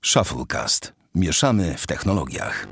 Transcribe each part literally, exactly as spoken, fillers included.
Shufflecast. Mieszamy w technologiach.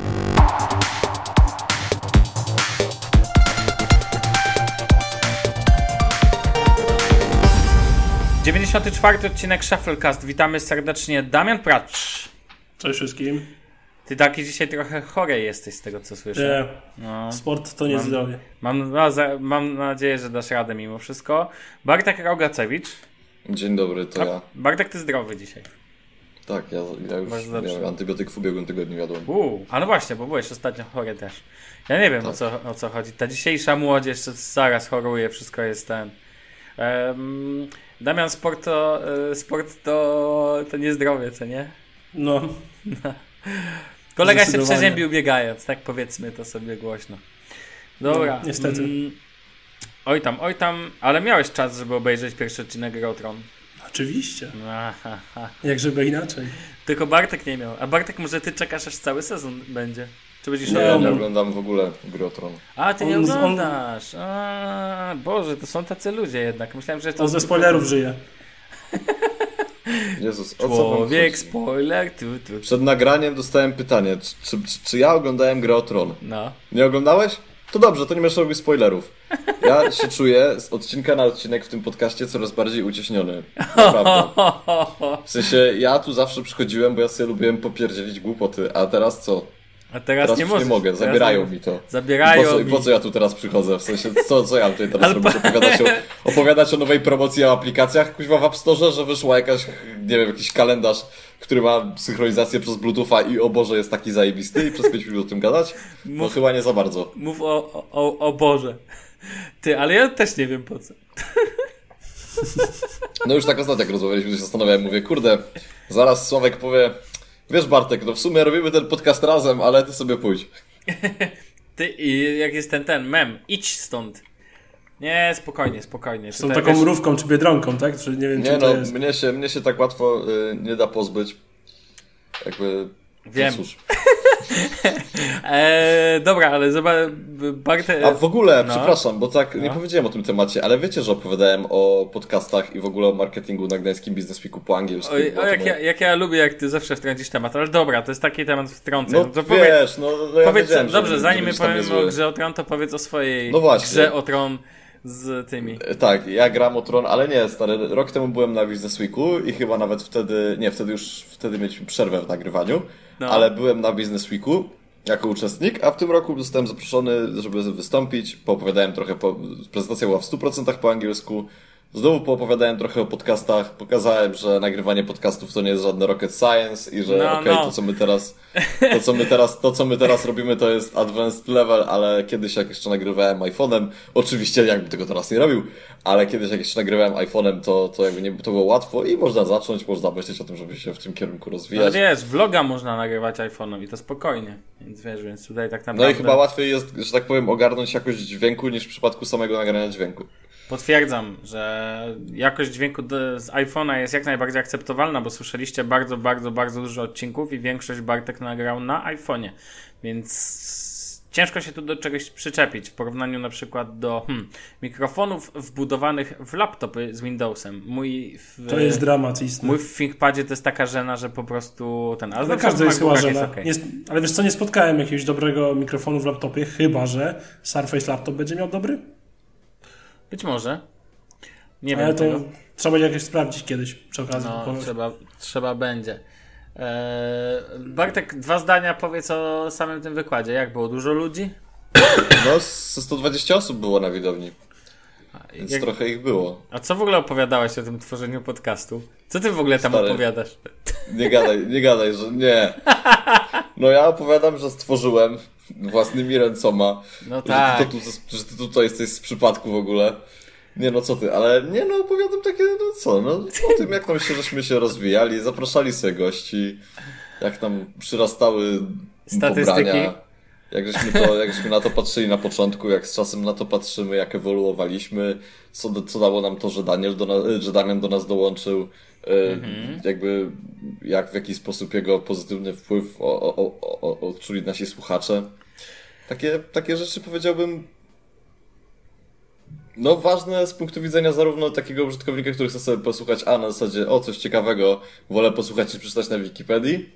dziewięćdziesiąty czwarty odcinek Shufflecast. Witamy serdecznie. Damian Pracz. Cześć wszystkim. Ty taki dzisiaj trochę chory jesteś z tego, co słyszę. Nie, no. Sport to nie mam, zdrowie. Mam, no, za, mam nadzieję, że dasz radę mimo wszystko. Bartek Rogacewicz. Dzień dobry, to A, ja. Bartek, ty zdrowy dzisiaj. Tak, ja, ja już miałem antybiotyk w ubiegłym tygodniu, jadłem. Uuu, a no właśnie, bo byłeś ostatnio chory też. Ja nie wiem, tak. o, co, o co chodzi. Ta dzisiejsza młodzież zaraz choruje, wszystko jest ten... Um, Damian, sport to, sport to, to nie zdrowie, co nie? No. no. Kolega się przeziębił biegając, tak powiedzmy to sobie głośno. Dobra. No, niestety. Mm, oj tam, oj tam, ale miałeś czas, żeby obejrzeć pierwszy odcinek Gra o Tron. Oczywiście. Aha, aha. Jak żeby inaczej. Tylko Bartek nie miał. A Bartek, może ty czekasz, aż cały sezon będzie? Czy będziesz nie, ja nie oglądam w ogóle Gry o Tron. A, ty on, nie oglądasz. On... A, Boże, to są tacy ludzie jednak. Myślałem, że to... On ze spoilerów żyje. Jezus, o Człowiek, spoiler, tu, tu. Przed nagraniem dostałem pytanie, czy, czy, czy ja oglądałem Grę o Tron? No. Nie oglądałeś? To dobrze, to nie będziesz robił spoilerów. Ja się czuję z odcinka na odcinek w tym podcaście coraz bardziej ucieśniony. Naprawdę. W sensie, ja tu zawsze przychodziłem, bo ja sobie lubiłem popierdzielić głupoty, a teraz co? A teraz, teraz nie, już nie mogę, zabierają nie... mi to. Zabierają I po, co, mi. I po co ja tu teraz przychodzę? W sensie, co, co ja tutaj teraz robię? Opowiadać o, opowiadać o nowej promocji o aplikacjach? Kuźwa w App Store, że wyszła jakaś, nie wiem, jakiś kalendarz, który ma synchronizację przez Bluetootha i o Boże, jest taki zajebisty i przez pięć minut o tym gadać? No mów, chyba nie za bardzo. Mów o, o, o Boże. Ty, ale ja też nie wiem po co. No już tak ostatnio jak rozmawialiśmy, to się zastanawiałem, mówię, kurde, zaraz Sławek powie... Wiesz, Bartek, no w sumie robimy ten podcast razem, ale ty sobie pójdź. Ty, i jak jest ten, ten mem, idź stąd. Nie, spokojnie, spokojnie. Z tą taką wiesz... mrówką czy biedronką, tak? Czy nie wiem, nie, czy no, to jest... mnie się, mnie się tak łatwo y, nie da pozbyć. Jakby... Wiem. No cóż. eee, dobra, ale zobacz... Bartek... A w ogóle, no. przepraszam, bo tak no. nie powiedziałem o tym temacie, ale wiecie, że opowiadałem o podcastach i w ogóle o marketingu na Gdańskim Business Weeku po angielsku. Oj, o, jak, ja, jak ja lubię, jak ty zawsze wtrącisz temat, ale dobra, to jest taki temat wtrącę. No, no to wiesz, no, no ja powiedz, wiedziałem, dobrze, że, zanim my powiem o Grze o Tron, to powiedz o swojej no Grze o Tron z tymi. Tak, ja gram o Tron, ale nie, stary, rok temu byłem na Business Weeku i chyba nawet wtedy, nie, wtedy już, wtedy mieliśmy przerwę w nagrywaniu, no. ale byłem na Business Weeku jako uczestnik, a w tym roku zostałem zaproszony, żeby wystąpić, poopowiadałem trochę, po, prezentacja była w stu procentach po angielsku, znowu poopowiadałem trochę o podcastach, pokazałem, że nagrywanie podcastów to nie jest żadne rocket science i że no, okej, okay, no. to co my teraz, to co my teraz, to co my teraz robimy to jest advanced level, ale kiedyś jak jeszcze nagrywałem iPhone'em, oczywiście jakbym tego teraz nie robił, ale kiedyś jak jeszcze nagrywałem iPhone'em, to, to jakby nie, to było łatwo i można zacząć, można myśleć o tym, żeby się w tym kierunku rozwijać. Ale wiesz, vloga można nagrywać iPhone'em i to spokojnie, więc wiesz, więc tutaj tak naprawdę... No i chyba łatwiej jest, że tak powiem, ogarnąć jakość dźwięku niż w przypadku samego nagrania dźwięku. Potwierdzam, że jakość dźwięku z iPhone'a jest jak najbardziej akceptowalna, bo słyszeliście bardzo, bardzo, bardzo dużo odcinków i większość Bartek nagrał na iPhone'ie, więc ciężko się tu do czegoś przyczepić w porównaniu na przykład do hmm, mikrofonów wbudowanych w laptopy z Windowsem. Mój w, to jest dramat istny. Mój w ThinkPadzie to jest taka żena, że po prostu ten... Ale każdy jest chyba żena. Jest okay. jest, ale wiesz co, nie spotkałem jakiegoś dobrego mikrofonu w laptopie, chyba że Surface Laptop będzie miał dobry? Być może. Nie Ale wiem. to tego. Trzeba będzie jakieś sprawdzić kiedyś przy okazji. No, trzeba, trzeba będzie. Eee, Bartek, dwa zdania powiedz o samym tym wykładzie. Jak było? Dużo ludzi? No, sto dwadzieścia osób było na widowni. Więc Jak... trochę ich było. A co w ogóle opowiadałeś o tym tworzeniu podcastu? Co ty w ogóle tam Stary, opowiadasz? Nie gadaj, nie gadaj, że nie. No ja opowiadam, że stworzyłem własnymi ręcoma. No tak. Że ty, tu, że ty tutaj jesteś z przypadku w ogóle. Nie no, co ty, ale nie no, opowiadam takie, no co, no o tym, jak tam się, żeśmy się rozwijali, zapraszali sobie gości, jak tam przyrastały statystyki. Pobrania, jak żeśmy, to, jak żeśmy na to patrzyli na początku, jak z czasem na to patrzymy, jak ewoluowaliśmy, co, co dało nam to, że Daniel do nas, że Damian do nas dołączył, mhm. jakby jak w jaki sposób jego pozytywny wpływ o, o, o, o, odczuli nasi słuchacze. Takie, takie rzeczy powiedziałbym No ważne z punktu widzenia zarówno takiego użytkownika, który chce sobie posłuchać, a na zasadzie o coś ciekawego, wolę posłuchać niż przeczytać na Wikipedii.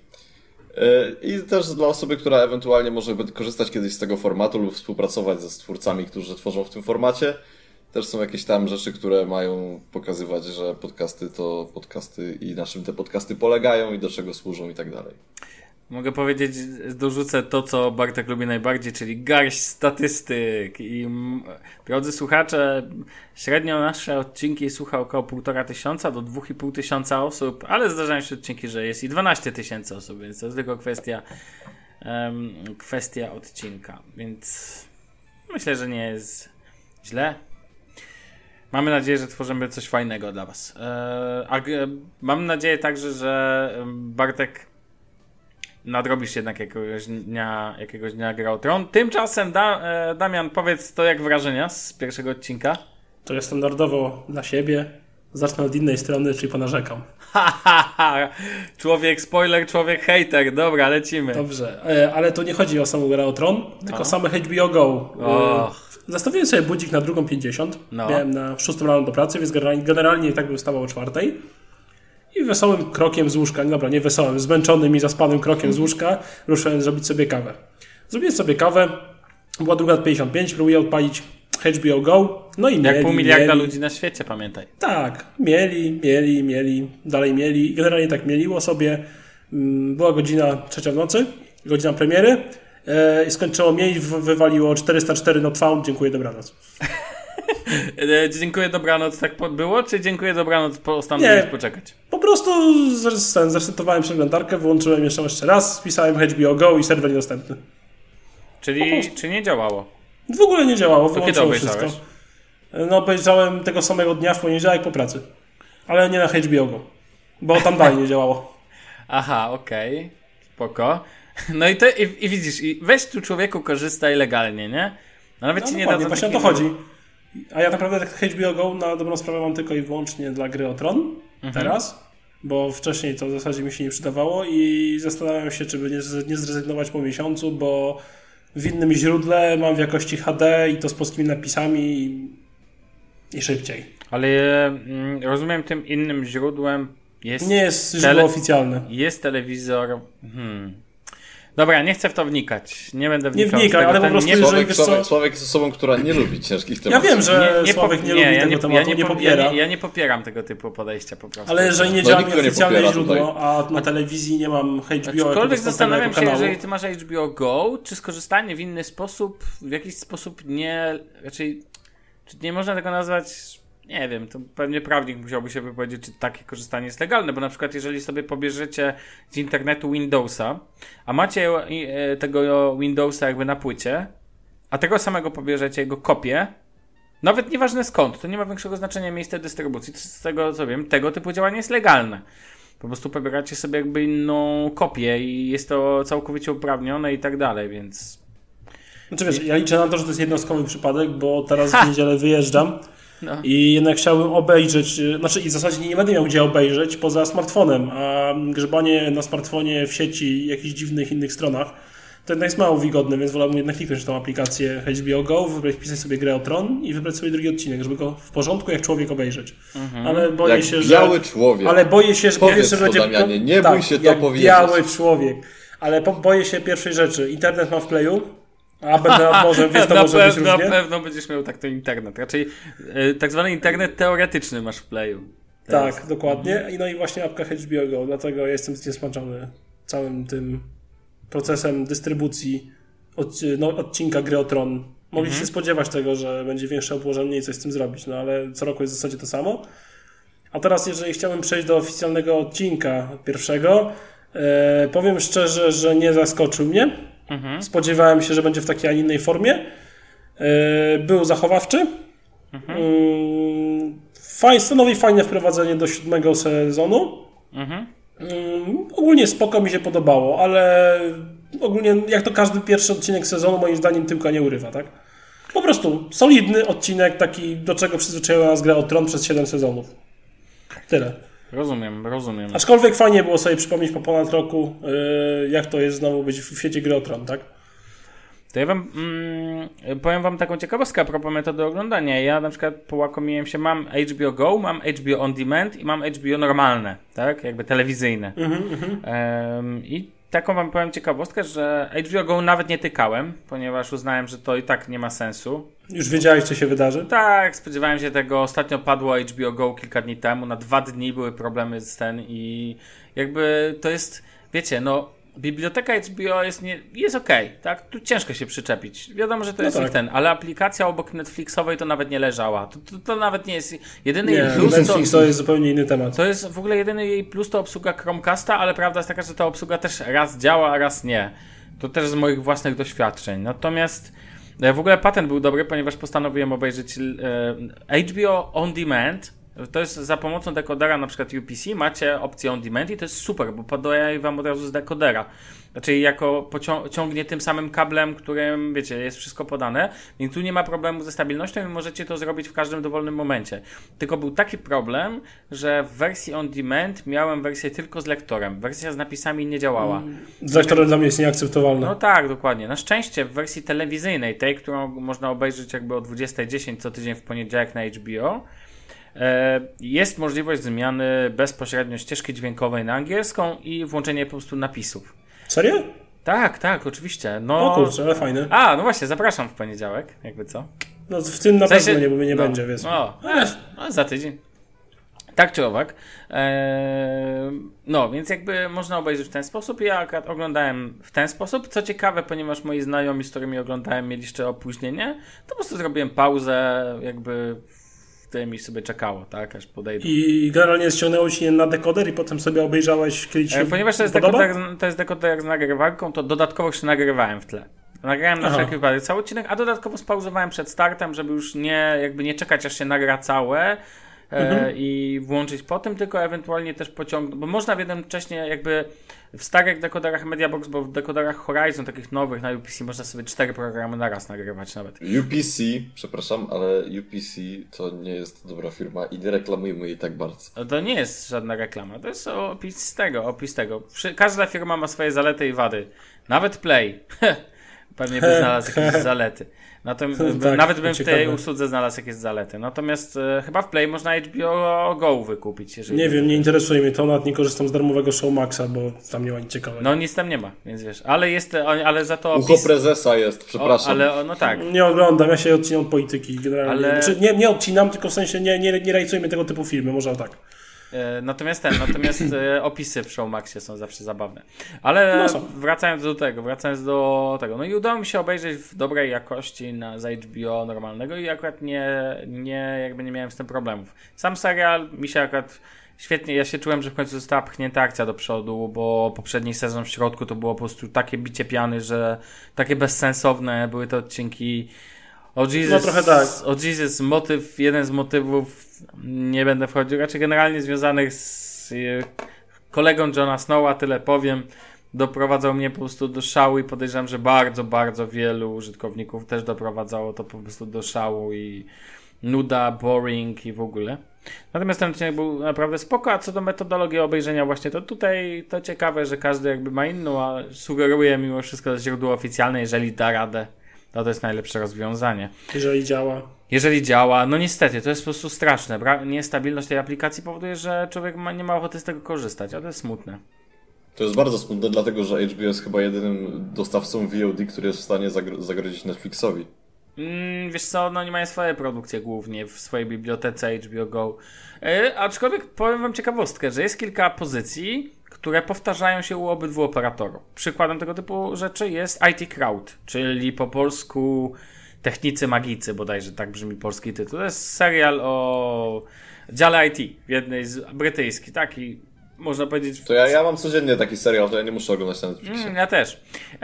I też dla osoby, która ewentualnie może korzystać kiedyś z tego formatu lub współpracować ze twórcami, którzy tworzą w tym formacie. Też są jakieś tam rzeczy, które mają pokazywać, że podcasty to podcasty i na czym te podcasty polegają i do czego służą i tak dalej. Mogę powiedzieć, dorzucę to, co Bartek lubi najbardziej, czyli garść statystyk. I drodzy słuchacze, średnio nasze odcinki słucha około półtora tysiąca do dwóch i pół tysiąca osób, ale zdarzają się odcinki, że jest i dwanaście tysięcy osób, więc to jest tylko kwestia, um, kwestia odcinka. Więc myślę, że nie jest źle. Mamy nadzieję, że tworzymy coś fajnego dla was. Eee, a, mam nadzieję także, że Bartek nadrobisz jednak jakiegoś dnia, jakiegoś dnia Gra o Tron. Tymczasem da, e, Damian, powiedz to jak wrażenia z pierwszego odcinka? To jest standardowo dla siebie. Zacznę od innej strony, czyli ponarzekam. Ha, ha, ha. Człowiek spoiler, człowiek hater. Dobra, lecimy. Dobrze, e, ale to nie chodzi o samą Grę o Tron, tylko o same H B O Go. E, Zastawiłem sobie budzik na drugą pięćdziesiąt. No. Miałem na szóstą rano do pracy, więc generalnie, generalnie i tak bym wstawał o czwartej. I wesołym krokiem z łóżka, dobra, nie wesołym, zmęczonym i zaspanym krokiem z łóżka ruszyłem zrobić sobie kawę. Zrobiłem sobie kawę, była druga pięćdziesiąt pięć, próbuję odpalić H B O Go, no i mieli, jak pół miliarda mieli. ludzi na świecie, pamiętaj. Tak, mieli, mieli, mieli, dalej mieli, generalnie tak mieliło sobie. Była godzina trzecia w nocy, godzina premiery i skończyło mieć, wywaliło czterysta cztery not found, dziękuję, dobranoc. Dziękuję, dobranoc, tak było? Czy dziękuję, dobranoc, postanowiłeś poczekać? Po prostu zresetowałem przeglądarkę, wyłączyłem jeszcze jeszcze raz, wpisałem H B O Go i serwer niedostępny. Czyli czy nie działało? W ogóle nie działało, to wyłączyło wszystko. No obejrzałem tego samego dnia w poniedziałek po pracy. Ale nie na H B O Go, bo tam dalej nie działało. Aha, okej, okay. Spoko. No i, te, i, i widzisz, i weź tu człowieku korzystaj legalnie, nie? No nawet no, ci nie dadzą. Właśnie o to chodzi. A ja naprawdę tak H B O Go na dobrą sprawę mam tylko i wyłącznie dla Gry o Tron mhm. teraz, bo wcześniej to w zasadzie mi się nie przydawało i zastanawiam się, czy by nie, nie zrezygnować po miesiącu, bo w innym źródle mam w jakości H D i to z polskimi napisami i, i szybciej. Ale mm, rozumiem, tym innym źródłem jest... Nie jest źródło tele- oficjalne. Jest telewizor... Hmm. Dobra, nie chcę w to wnikać. Nie będę wnikał. Nie wnikaj, ale po prostu... Nie, Sławek, co... Sławek, Sławek jest osobą, która nie lubi ciężkich tematów. Ja wiem, że nie, nie Sławek po, nie, nie lubi ja tego nie, tematu, ja nie, nie po, popiera. Ja nie, ja nie popieram tego typu podejścia po prostu. Ale jeżeli nie no, działa mi oficjalne popiera, źródło, tutaj. a na telewizji nie mam H B O... Aczkolwiek zastanawiam się, jeżeli ty masz H B O Go, czy skorzystanie w inny sposób, w jakiś sposób nie... Raczej... Czy nie można tego nazwać... Nie wiem, to pewnie prawnik musiałby się wypowiedzieć, czy takie korzystanie jest legalne, bo na przykład jeżeli sobie pobierzecie z internetu Windowsa, a macie tego Windowsa jakby na płycie, a tego samego pobierzecie jego kopię, nawet nieważne skąd, to nie ma większego znaczenia miejsca dystrybucji, z tego co wiem, tego typu działanie jest legalne. Po prostu pobieracie sobie jakby inną kopię i jest to całkowicie uprawnione i tak dalej, więc... Znaczy wiesz, ja liczę na to, że to jest jednostkowy przypadek, bo teraz ha! w niedzielę wyjeżdżam. No. I jednak chciałbym obejrzeć, znaczy i w zasadzie nie będę miał gdzie obejrzeć poza smartfonem, a grzebanie na smartfonie w sieci, jakichś dziwnych innych stronach, to jednak jest mało wygodne, więc wolałbym jednak kliknąć tą aplikację H B O Go, wybrać, wpisać sobie Grę o Tron i wybrać sobie drugi odcinek, żeby go w porządku jak człowiek obejrzeć. Mhm. Ale boję jak się, że... biały człowiek. Ale boję się, że Powiedz pierwszy to, będzie... Damianie, nie tak, bój się to jak powiedzieć. biały człowiek. Ale po, boję się pierwszej rzeczy. Internet mam w Playu. A będę nad morzem, więc to na może pew- być różnie. Na pewno będziesz miał tak to internet. Raczej yy, tak zwany internet teoretyczny masz w Playu. Teraz. Tak, dokładnie. I no i właśnie apka H B O Go. Dlatego jestem zniesmaczony całym tym procesem dystrybucji od, no, odcinka Gry o Tron. Mogliście się spodziewać tego, że będzie większe obłożenie i coś z tym zrobić, no ale co roku jest w zasadzie to samo. A teraz, jeżeli chciałbym przejść do oficjalnego odcinka pierwszego, e, powiem szczerze, że nie zaskoczył mnie. Mhm. Spodziewałem się, że będzie w takiej, a nie innej formie. E, był zachowawczy. Mhm. Fajne, stanowi fajne wprowadzenie do siódmego sezonu. Mhm. Um, ogólnie spoko mi się podobało, ale ogólnie jak to każdy pierwszy odcinek sezonu moim zdaniem tyłka nie urywa, tak? Po prostu solidny odcinek, taki do czego przyzwyczaiła nas Gra o Tron przez siedem sezonów. Tyle. Rozumiem, rozumiem. Aczkolwiek fajnie było sobie przypomnieć po ponad roku, yy, jak to jest znowu być w świecie Gry o Tron, tak? To ja wam mm, powiem wam taką ciekawostkę a propos metody oglądania. Ja na przykład połakomiłem się, mam H B O Go, mam H B O On Demand i mam H B O normalne, tak? Jakby telewizyjne. Um, I taką wam powiem ciekawostkę, że H B O Go nawet nie tykałem, ponieważ uznałem, że to i tak nie ma sensu. Już wiedziałeś, co się wydarzy? Tak, spodziewałem się tego. Ostatnio padło H B O Go kilka dni temu. Na dwa dni były problemy z ten i jakby to jest, wiecie, no biblioteka H B O jest, nie, jest okej, okay, tak? Tu ciężko się przyczepić. Wiadomo, że to no jest tak. ich ten, ale aplikacja obok Netflixowej to nawet nie leżała. To, to, to nawet nie jest jedyny nie, jej plus. Netflix to, to jest zupełnie inny temat. To jest w ogóle jedyny jej plus to obsługa Chromecasta, ale prawda jest taka, że ta obsługa też raz działa, a raz nie. To też z moich własnych doświadczeń. Natomiast w ogóle patent był dobry, ponieważ postanowiłem obejrzeć e, H B O On Demand. To jest za pomocą dekodera, na przykład U P C, macie opcję On Demand i to jest super, bo podaje wam od razu z dekodera. Znaczy jako pocią- ciągnie tym samym kablem, którym, wiecie, jest wszystko podane, więc tu nie ma problemu ze stabilnością i możecie to zrobić w każdym dowolnym momencie. Tylko był taki problem, że w wersji On Demand miałem wersję tylko z lektorem. Wersja z napisami nie działała. Z lektorem dla mnie jest nieakceptowalne. No tak, dokładnie. Na szczęście w wersji telewizyjnej, tej, którą można obejrzeć jakby o dwudziesta dziesięć co tydzień w poniedziałek na H B O, jest możliwość zmiany bezpośrednio ścieżki dźwiękowej na angielską i włączenie po prostu napisów. Serio? Tak, tak, oczywiście. No, o kurczę, ale fajne. A, no właśnie, zapraszam w poniedziałek, jakby co. No w tym na w sensie, pewno nie, bo mnie nie no, będzie, wiesz. O, no, za tydzień. Tak czy owak. Eee, no, więc jakby można obejrzeć w ten sposób. Ja akurat oglądałem w ten sposób. Co ciekawe, ponieważ moi znajomi, z którymi oglądałem, mieli jeszcze opóźnienie, to po prostu zrobiłem pauzę, jakby które mi sobie czekało, tak, aż podejdę. I generalnie ściągnęło się na dekoder i potem sobie obejrzałeś, kiedy ci się Ponieważ to jest, dekoder, to jest dekoder z nagrywarką, to dodatkowo jeszcze nagrywałem w tle. Nagrałem na Aha. wszelki wypadek cały odcinek, a dodatkowo spauzowałem przed startem, żeby już nie, jakby nie czekać, aż się nagra całe mhm. e, i włączyć po tym, tylko ewentualnie też pociągnąć, bo można w jednym wcześniej jakby w starych dekoderach Mediabox, bo w dekoderach Horizon, takich nowych na U P C można sobie cztery programy naraz nagrywać nawet. U P C, przepraszam, ale U P C to nie jest dobra firma i nie reklamujmy jej tak bardzo. To nie jest żadna reklama, to jest opis z tego, opis tego. Każda firma ma swoje zalety i wady. Nawet Play. Pewnie by znalazł jakieś zalety. Natomiast, tak, nawet bym w tej usłudze znalazł jakieś zalety. Natomiast e, chyba w Play można H B O Go wykupić. Jeżeli nie wiem, nie interesuje mnie to, nawet nie korzystam z darmowego Showmaxa, bo tam nie ma nic ciekawego. No nic tam nie ma, więc wiesz. Ale jest, ale za to... Ucho prezesa jest, przepraszam. O, ale no tak. Nie oglądam, ja się odcinam od polityki generalnie. Ale... Znaczy, nie, nie odcinam, tylko w sensie nie, nie, nie rajcujmy tego typu filmy, może tak. Natomiast ten, natomiast opisy w Showmaxie są zawsze zabawne. Ale no wracając do tego, wracając do tego, no i udało mi się obejrzeć w dobrej jakości na, z H B O normalnego i akurat nie, nie, jakby nie miałem z tym problemów. Sam serial mi się akurat świetnie, ja się czułem, że w końcu została pchnięta akcja do przodu, bo poprzedni sezon w środku to było po prostu takie bicie piany, że takie bezsensowne były te odcinki. O Jesus, no trochę tak. O Jesus, motyw, jeden z motywów, nie będę wchodził, raczej generalnie związanych z kolegą Jona Snowa, tyle powiem, doprowadzał mnie po prostu do szału i podejrzewam, że bardzo, bardzo wielu użytkowników też doprowadzało to po prostu do szału i nuda, boring i w ogóle. Natomiast ten odcinek był naprawdę spoko, a co do metodologii obejrzenia właśnie, to tutaj to ciekawe, że każdy jakby ma inną, a sugeruję mimo wszystko źródło oficjalne, jeżeli da radę. No to jest najlepsze rozwiązanie. Jeżeli działa. Jeżeli działa, no niestety, to jest po prostu straszne. Bra- niestabilność tej aplikacji powoduje, że człowiek ma, nie ma ochoty z tego korzystać, a to jest smutne. To jest bardzo smutne, dlatego że H B O jest chyba jedynym dostawcą V O D, który jest w stanie zagro- zagrozić Netflixowi. Mm, wiesz co, no oni mają swoje produkcje głównie w swojej bibliotece H B O Go. Yy, aczkolwiek powiem wam ciekawostkę, że jest kilka pozycji, które powtarzają się u obydwu operatorów. Przykładem tego typu rzeczy jest I T Crowd, czyli po polsku Technicy Magicy, bodajże tak brzmi polski tytuł. To jest serial o dziale I T w jednej z brytyjski, taki można powiedzieć... To ja, ja mam codziennie taki serial, to ja nie muszę oglądać na Netflixie. Mm, ja też.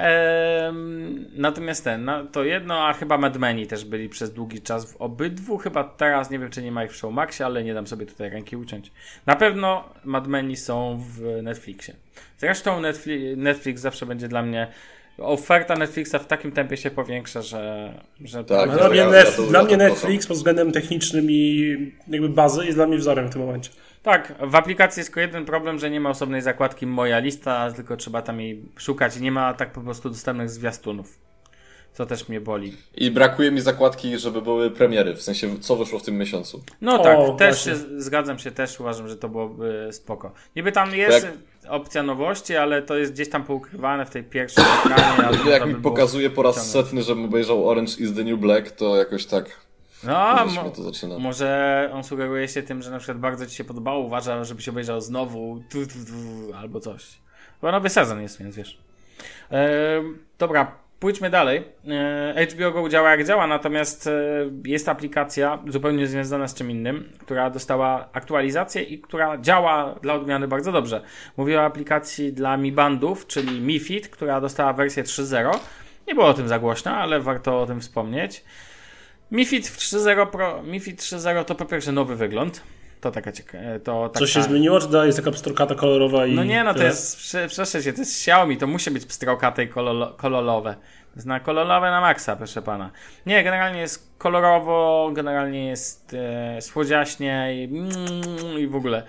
Ehm, natomiast ten, no, to jedno, a chyba Mad Meni też byli przez długi czas w obydwu. Chyba teraz, nie wiem czy nie ma ich w Showmaxie, ale nie dam sobie tutaj ręki uciąć. Na pewno Mad Meni są w Netflixie. Zresztą Netflix, Netflix zawsze będzie dla mnie... Oferta Netflixa w takim tempie się powiększa, że... że tak, to... Dla, mnie, Netf- dla mnie Netflix pod względem technicznym i jakby bazy jest dla mnie wzorem w tym momencie. Tak, w aplikacji jest tylko jeden problem, że nie ma osobnej zakładki Moja Lista, tylko trzeba tam jej szukać i nie ma tak po prostu dostępnych zwiastunów. co też mnie boli. I brakuje mi zakładki, żeby były premiery, w sensie co wyszło w tym miesiącu. No O, tak, właśnie. też się, zgadzam się, też uważam, że to byłoby spoko. Niby tam jest jak... opcja nowości, ale to jest gdzieś tam poukrywane w tej pierwszej ekranie. Ale jak mi by pokazuje po raz wyciągnąć. setny, żebym obejrzał Orange is the New Black, to jakoś tak... No, Już mo- mnie to zaczyna. może on sugeruje się tym, że na przykład bardzo ci się podobało, uważa, żebyś obejrzał znowu tu, tu, tu, albo coś. Bo nowy sezon jest, więc wiesz. E, dobra, pójdźmy dalej. E, H B O Go działa jak działa, natomiast e, jest aplikacja zupełnie związana z czym innym, która dostała aktualizację i która działa dla odmiany bardzo dobrze. Mówię o aplikacji dla Mi Bandów, czyli Mi Fit, która dostała wersję trzy zero. Nie było o tym za głośno, ale warto o tym wspomnieć. Mi Fit trzy zero Pro, Mi Fit trzy zero to po pierwsze nowy wygląd. To taka ciekawa. To taka... Coś się zmieniło, czy dalej jest taka pstrokata kolorowa i... No nie, no to tyle? jest, proszę się, to jest Xiaomi, to musi być pstrokate i kololo, kolorowe. To jest na kolorowe na maksa, proszę pana. Nie, generalnie jest kolorowo, generalnie jest e, słodziaśnie i, mm, i w ogóle.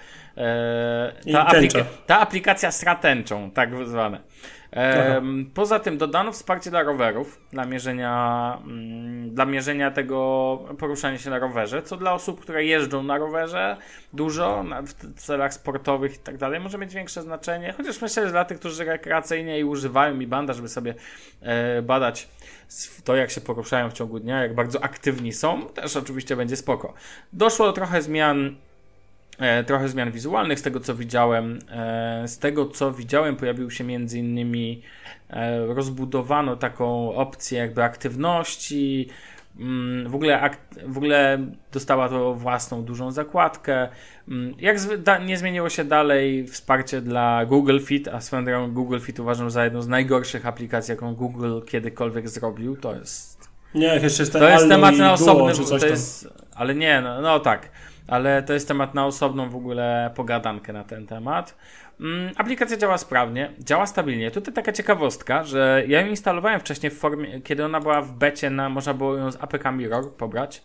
E, I ta, tęcza. aplika- ta aplikacja z tratęczą, tak zwane. E, poza tym dodano wsparcie dla rowerów, dla mierzenia, mm, dla mierzenia tego poruszania się na rowerze, co dla osób, które jeżdżą na rowerze dużo, na, w celach sportowych i tak dalej, może mieć większe znaczenie, chociaż myślę, że dla tych, którzy rekreacyjnie i używają Mi Banda, żeby sobie e, badać to, jak się poruszają w ciągu dnia, jak bardzo aktywni są, też oczywiście będzie spoko. Doszło do trochę zmian E, trochę zmian wizualnych, z tego co widziałem. E, z tego co widziałem pojawił się między innymi e, rozbudowano taką opcję jakby aktywności. Mm, w, ogóle ak- w ogóle dostała to własną dużą zakładkę. Mm, jak zwy- da- nie zmieniło się dalej wsparcie dla Google Fit, a swoją drogą Google Fit uważam za jedną z najgorszych aplikacji, jaką Google kiedykolwiek zrobił. To jest... Nie, jak jeszcze jest ten To jest Allo temat i na Duo, osobny... czy coś To tam. jest, ale nie, no, no tak. Ale to jest temat na osobną w ogóle pogadankę na ten temat. Mm, aplikacja działa sprawnie, działa stabilnie. Tutaj taka ciekawostka, że ja ją instalowałem wcześniej w formie, kiedy ona była w becie, na, można było ją z A P K Mirror pobrać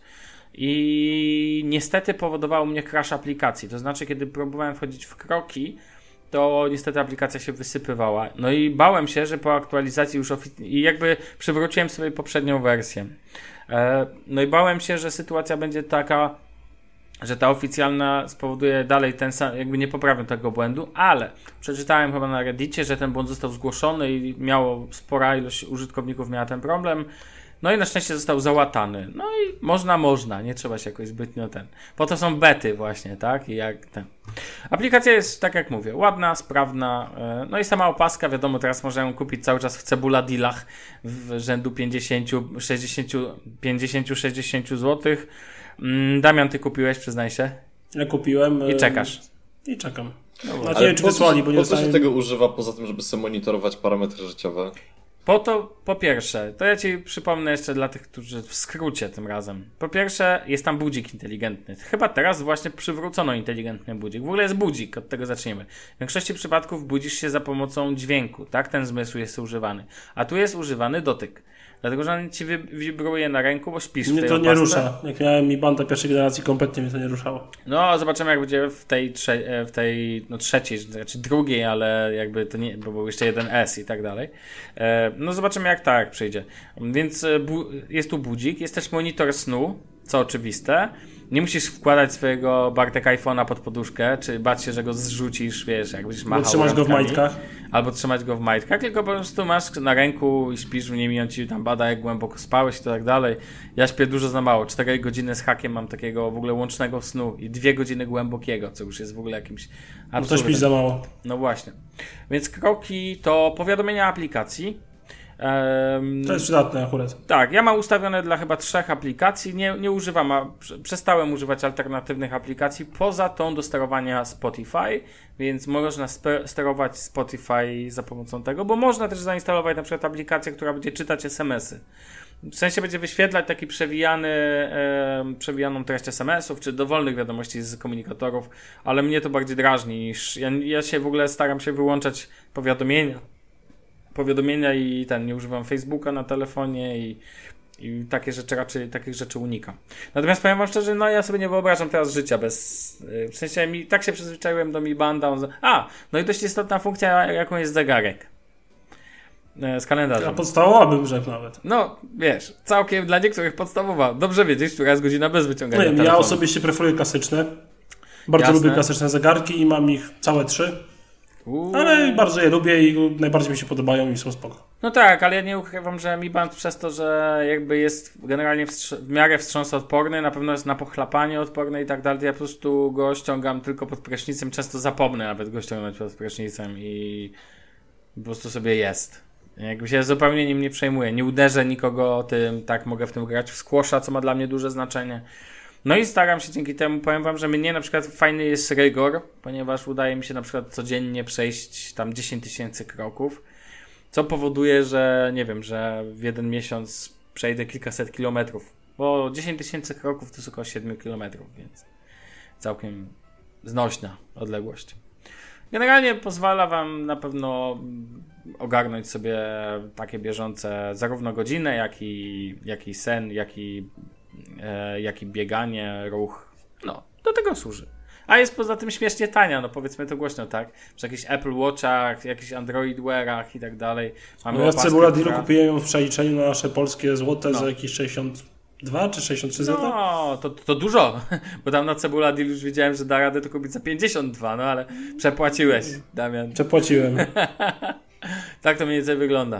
i niestety powodowało mnie crash aplikacji. To znaczy, kiedy próbowałem wchodzić w kroki, to niestety aplikacja się wysypywała. No i bałem się, że po aktualizacji już ofi- i jakby przywróciłem sobie poprzednią wersję. E, no i bałem się, że sytuacja będzie taka, że ta oficjalna spowoduje dalej ten sam, jakby nie poprawią tego błędu, ale przeczytałem chyba na Reddicie, że ten błąd został zgłoszony i miało spora ilość użytkowników miała ten problem. No i na szczęście został załatany. No i można, można, nie trzeba się jakoś zbytnio ten. Po to są bety właśnie, tak? I jak ten. Aplikacja jest, tak jak mówię, ładna, sprawna. No i sama opaska, wiadomo, teraz można ją kupić cały czas w cebula dealach w rzędu pięćdziesiąt, sześćdziesiąt, pięćdziesiąt, sześćdziesiąt złotych. Damian, ty kupiłeś, przyznaj się. Ja kupiłem. I czekasz. I czekam. No, Ale nie wiem, czy po wysłali, co, bo nie po co się dostałem... tego używa, poza tym, żeby sobie monitorować parametry życiowe? Po to, po pierwsze, to ja ci przypomnę jeszcze dla tych, którzy w skrócie tym razem. Po pierwsze, jest tam budzik inteligentny. Chyba teraz właśnie przywrócono inteligentny budzik. W ogóle jest budzik, od tego zaczniemy. W większości przypadków budzisz się za pomocą dźwięku, tak? Ten zmysł jest używany. A tu jest używany dotyk. Dlatego, że on ci wi- wibruje na ręku, bo śpisz w Mnie tej to nie opasce. rusza. Jak miałem Mi Banda pierwszej generacji, kompletnie mnie to nie ruszało. No, zobaczymy, jak będzie w tej, trze- w tej no, trzeciej, znaczy drugiej, ale jakby to nie, bo był jeszcze jeden S i tak dalej. E, no, zobaczymy, jak tak przyjdzie. Więc e, bu- jest tu budzik, jest też monitor snu, co oczywiste. Nie musisz wkładać swojego Bartek iPhone'a pod poduszkę, czy bać się, że go zrzucisz, wiesz, jak będziesz machał Bo trzymasz go w rękami. majtkach. Albo trzymać go w majtkach, tylko po prostu masz na ręku i śpisz w nim i on ci tam bada, jak głęboko spałeś i tak dalej. Ja śpię dużo za mało. cztery godziny z hakiem mam takiego w ogóle łącznego snu i dwie godziny głębokiego, co już jest w ogóle jakimś absurdem. No to śpisz za mało. No właśnie. Więc kroki to powiadomienia aplikacji. Um, To jest przydatne akurat. tak, ja mam ustawione dla chyba trzech aplikacji. Nie, nie używam, a przestałem używać alternatywnych aplikacji poza tą do sterowania Spotify, więc można spe- sterować Spotify za pomocą tego, bo można też zainstalować na przykład aplikację, która będzie czytać es em esy. W sensie będzie wyświetlać taki przewijany, e, przewijaną treść es em esów, czy dowolnych wiadomości z komunikatorów, ale mnie to bardziej drażni niż... Ja, ja się w ogóle staram się wyłączać powiadomienia. powiadomienia i ten, nie używam Facebooka na telefonie i, i takie rzeczy raczej, takich rzeczy unikam. Natomiast powiem wam szczerze, no ja sobie nie wyobrażam teraz życia bez, w sensie mi, tak się przyzwyczaiłem do Mi Banda. On, a, no i dość istotna funkcja, jaką jest zegarek. z kalendarzem. A podstawowa bym rzekł nawet. No, wiesz, całkiem dla niektórych podstawowa. Dobrze wiedzieć, która jest godzina bez wyciągania no, telefonu. Ja osobiście preferuję klasyczne. Bardzo Jasne. lubię klasyczne zegarki i mam ich całe trzy. Uuu. Ale bardzo je lubię i najbardziej mi się podobają i są spoko. No tak, ale ja nie ukrywam, że Mi Band przez to, że jakby jest generalnie wstrzy- w miarę wstrząsodporny, na pewno jest na pochlapanie odporny i tak dalej, ja po prostu go ściągam tylko pod prysznicem, często zapomnę nawet go ściągnąć pod prysznicem i po prostu sobie jest. Jakby się zupełnie nim nie przejmuję, nie uderzę nikogo tym, tak mogę w tym grać w squasha, co ma dla mnie duże znaczenie. No i staram się dzięki temu, powiem wam, że mnie na przykład fajny jest rygor, ponieważ udaje mi się na przykład codziennie przejść tam dziesięć tysięcy kroków, co powoduje, że nie wiem, że w jeden miesiąc przejdę kilkaset kilometrów, bo dziesięć tysięcy kroków to jest około siedem kilometrów, więc całkiem znośna odległość. Generalnie pozwala wam na pewno ogarnąć sobie takie bieżące zarówno godzinę, jak i, jak i sen, jak i E, jak i bieganie, ruch, no, do tego służy. A jest poza tym śmiesznie tania, no powiedzmy to głośno, tak? Przy jakichś Apple Watchach, jakichś Android Wearach i tak dalej. Mamy no ja z Cebula Dealu która... kupiłem ją w przeliczeniu na nasze polskie złote no. za jakieś sześćdziesiąt dwa czy sześćdziesiąt trzy zł. No, to, to dużo, bo tam na Cebula Deal już wiedziałem, że da radę to kupić za pięćdziesiąt dwa, no ale przepłaciłeś, Damian. Przepłaciłem. Tak to mniej więcej wygląda.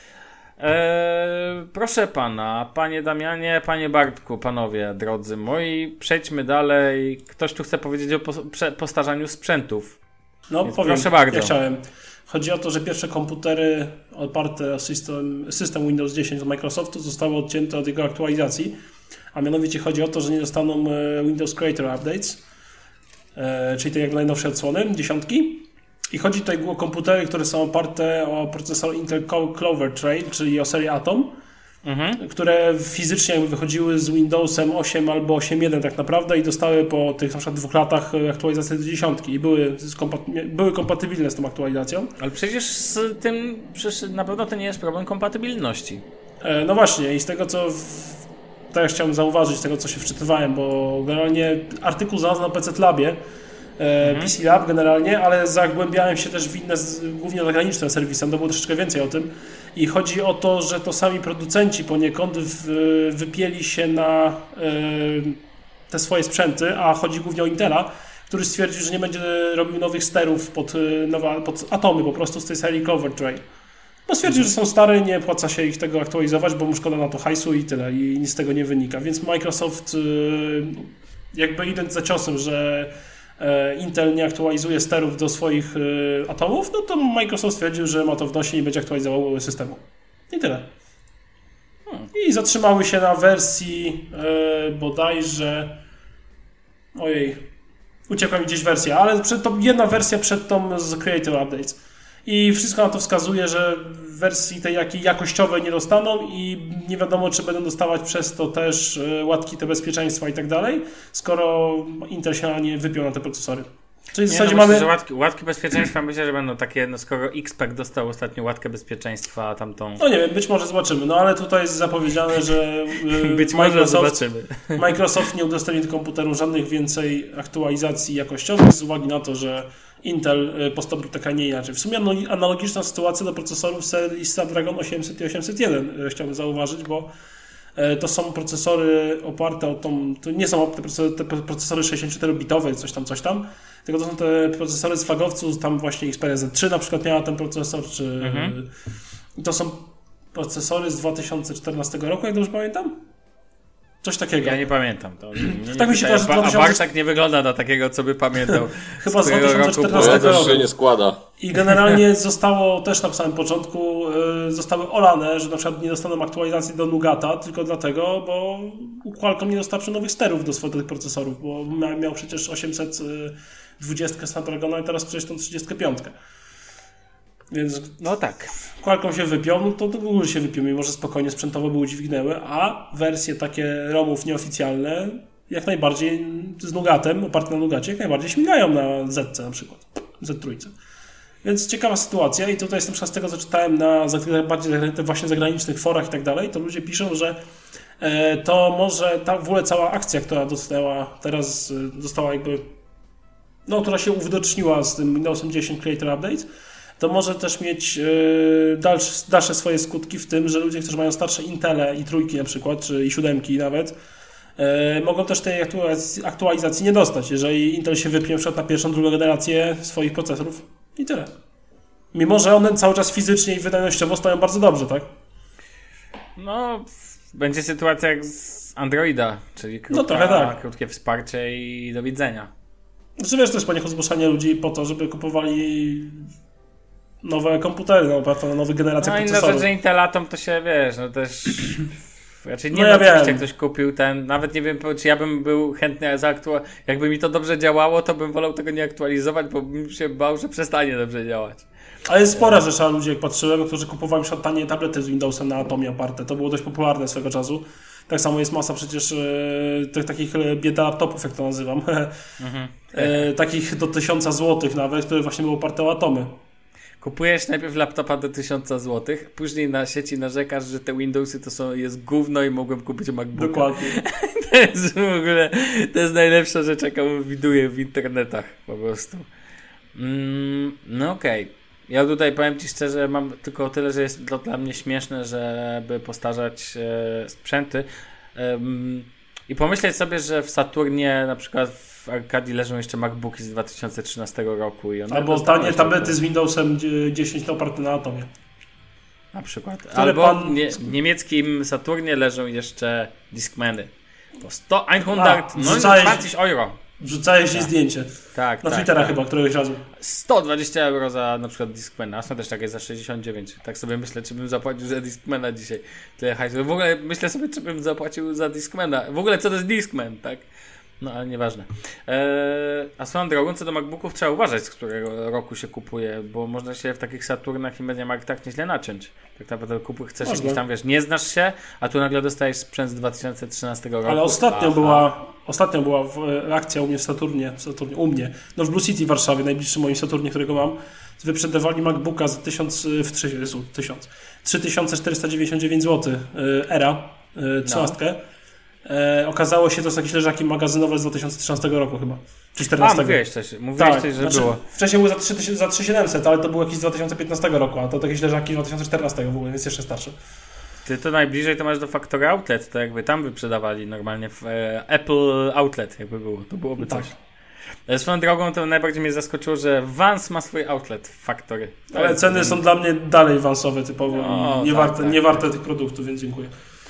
Eee, proszę pana, panie Damianie, panie Bartku, panowie drodzy moi, przejdźmy dalej. Ktoś tu chce powiedzieć o po, prze, postarzaniu sprzętów. No Więc powiem, proszę bardzo. Ja chciałem. Chodzi o to, że pierwsze komputery oparte o system, system Windows dziesięć od Microsoftu zostały odcięte od jego aktualizacji, a mianowicie chodzi o to, że nie dostaną Windows Creator Updates, e, czyli te jak najnowsze odsłony, dziesiątki. I chodzi tutaj o komputery, które są oparte o procesor Intel Clover Trail, czyli o serię Atom, mhm. które fizycznie jakby wychodziły z Windowsem osiem albo osiem jeden tak naprawdę i dostały po tych na przykład dwóch latach aktualizację do dziesiątki i były, były kompatybilne z tą aktualizacją. Ale przecież z tym przecież na pewno to nie jest problem kompatybilności. E, no właśnie i z tego co w, tak chciałem zauważyć, z tego co się wczytywałem, bo generalnie artykuł znalazłem na P C Labie, P C Lab generalnie, ale zagłębiałem się też w inne, głównie zagraniczne serwisy, to było troszeczkę więcej o tym i chodzi o to, że to sami producenci poniekąd w, wypieli się na y, te swoje sprzęty, a chodzi głównie o Intela, który stwierdził, że nie będzie robił nowych sterów pod, nowa, pod atomy po prostu z tej serii Clover Trail. No stwierdził, że są stare, nie opłaca się ich tego aktualizować, bo mu szkoda na to hajsu i tyle i nic z tego nie wynika, więc Microsoft y, jakby idąc za ciosem, że Intel nie aktualizuje sterów do swoich y, atomów, no to Microsoft stwierdził, że ma to w nosie i nie będzie aktualizował systemu. I tyle. Hmm. I zatrzymały się na wersji y, bodajże... Ojej, uciekła mi gdzieś wersja, ale przed, to jedna wersja przed tą z Creator Updates. I wszystko na to wskazuje, że wersji tej jakiej jakościowej nie dostaną i nie wiadomo, czy będą dostawać przez to też łatki te bezpieczeństwa i tak dalej, skoro Intel się na nie wypiął na te procesory. Czyli w nie, zasadzie no myślę, mamy... że łatki, łatki bezpieczeństwa myślę, że będą takie, no skoro X P E C dostał ostatnio łatkę bezpieczeństwa tamtą... No nie wiem, być może zobaczymy, no ale tutaj jest zapowiedziane, że być może Microsoft, zobaczymy. Microsoft nie udostępni do komputeru żadnych więcej aktualizacji jakościowych z uwagi na to, że Intel postąpił tak, a nie inaczej. W sumie analogiczna sytuacja do procesorów serii Snapdragon osiemset i osiemset jeden chciałbym zauważyć, bo to są procesory oparte o tą, to nie są te procesory, te procesory sześćdziesięcioczterobitowe, coś tam, coś tam, tylko to są te procesory z flagowców, tam właśnie Xperia Z trzy na przykład miała ten procesor, czy mhm. to są procesory z dwa tysiące czternastego roku, jak dobrze pamiętam? Coś takiego. Ja nie pamiętam. To nie, nie tak mi się kojarzy, a Bartek nie wygląda na takiego, co by pamiętał. Chyba z dwa tysiące czternastego roku. się nie składa. I generalnie zostało też na samym początku, yy, zostały olane, że na przykład nie dostaną aktualizacji do Nugata, tylko dlatego, bo Qualcomm nie dostarczył nowych sterów do swoich procesorów, bo miał, miał przecież osiemset dwadzieścia Snapdragona i teraz przecież tą trzydziestkę pięć. Więc no tak. Qualcomm się wypiął, no to, to Google się wypiął, mimo że spokojnie sprzętowo by udźwignęły, a wersje takie ROMów nieoficjalne jak najbardziej z Nugatem, oparte na Nugacie, jak najbardziej śmigają na Zetce na przykład, Z trzy. Więc ciekawa sytuacja i tutaj jestem z tego, co czytałem na bardziej właśnie zagranicznych forach i tak dalej, to ludzie piszą, że to może ta w ogóle cała akcja, która dostała teraz, została jakby, no która się uwidoczniła z tym Windowsem dziesięć Creator Update, to może też mieć yy, dalsze, dalsze swoje skutki w tym, że ludzie, którzy mają starsze Intele i trójki na przykład, czy i siódemki nawet, yy, mogą też tej aktualizacji, aktualizacji nie dostać, jeżeli Intel się wypnie na przykład na pierwszą, drugą generację swoich procesorów i tyle. Mimo, że one cały czas fizycznie i wydajnościowo stoją bardzo dobrze, tak? No, będzie sytuacja jak z Androida, czyli krótka, no, trochę tak. krótkie wsparcie i do widzenia. Znaczy wiesz, to jest poniekąd zmuszanie ludzi po to, żeby kupowali nowe komputery, no, oparte na nowych generacjach no, procesorów. No inna rzecz, że Intelatom to się, wiesz, no też... Raczej nie no no, ja oczywiście wiem. ktoś kupił ten, nawet nie wiem, czy ja bym był chętny zaaktualizować, jakby mi to dobrze działało, to bym wolał tego nie aktualizować, bo bym się bał, że przestanie dobrze działać. Ale jest spora rzesza ludzi, jak patrzyłem, którzy kupowali już tanie tablety z Windowsem na Atomie oparte. To było dość popularne swego czasu. Tak samo jest masa przecież e, tych takich bieda laptopów, jak to nazywam. Mhm. e, takich do tysiąca złotych nawet, które właśnie były oparte o Atomy. Kupujesz najpierw laptopa do tysiąca złotych, później na sieci narzekasz, że te Windowsy to są, jest gówno i mogłem kupić MacBooka. Dokładnie. To jest w ogóle, to jest najlepsza rzecz, jaką widuję w internetach po prostu. Mm, no okej. Okay. Ja tutaj powiem Ci szczerze, mam tylko tyle, że jest to dla mnie śmieszne, żeby postarzać e, sprzęty e, i pomyśleć sobie, że w Saturnie na przykład w Arkadii leżą jeszcze MacBooki z dwa tysiące trzynastego roku. I one albo tanie tablety z Windowsem dziesięć oparte na Atomie. Na przykład. Które albo pan... w nie, niemieckim Saturnie leżą jeszcze Discmany. Po sto, sto dwadzieścia euro. Wrzucałeś tak. zdjęcie. Tak, na tak, Twittera tak. chyba, któregoś razu. sto dwadzieścia euro za na przykład Discmana, a są też takie za sześćdziesiąt dziewięć. Tak sobie myślę, czy bym zapłacił za Discmana dzisiaj. Tyle hajsu. W ogóle myślę sobie, czy bym zapłacił za Discmana. W ogóle co to jest Discman, tak? No ale nieważne. Eee, a swoją drogą, co do MacBooków, trzeba uważać, z którego roku się kupuje, bo można się w takich Saturnach i MediaMarktach nieźle naciąć. Tak naprawdę kupuj, chcesz Można. jakiś tam, wiesz, nie znasz się, a tu nagle dostajesz sprzęt z dwa tysiące trzynastego roku. Ale ostatnio Aha. była ostatnio była akcja u mnie w Saturnie, w Saturnie, u mnie, no w Blue City w Warszawie, najbliższym moim Saturnie, którego mam, wyprzedawali MacBooka za tysiąc, w trzy tysiące czterysta dziewięćdziesiąt dziewięć złotych, Era, trzynastkę. No. E, okazało się, to jest jakieś leżaki magazynowe z dwa tysiące trzynastego roku chyba, czy czternastego. A, mówiłeś coś, mówiłeś tak, coś, że znaczy, było. Wcześniej były za trzy tysiące siedemset, ale to był jakiś z dwa tysiące piętnastego roku, a to jakieś leżaki z dwa tysiące czternastego w ogóle, więc jeszcze starsze. Ty to najbliżej to masz do Factory Outlet, to jakby tam wyprzedawali normalnie w e, Apple Outlet jakby było, to byłoby coś. Tak. Swoją drogą to najbardziej mnie zaskoczyło, że Vans ma swój outlet w Factory. To ale ceny ten... są dla mnie dalej Vansowe typowo no, i nie, tak, warte, tak, nie warte tak. tych produktów, więc dziękuję.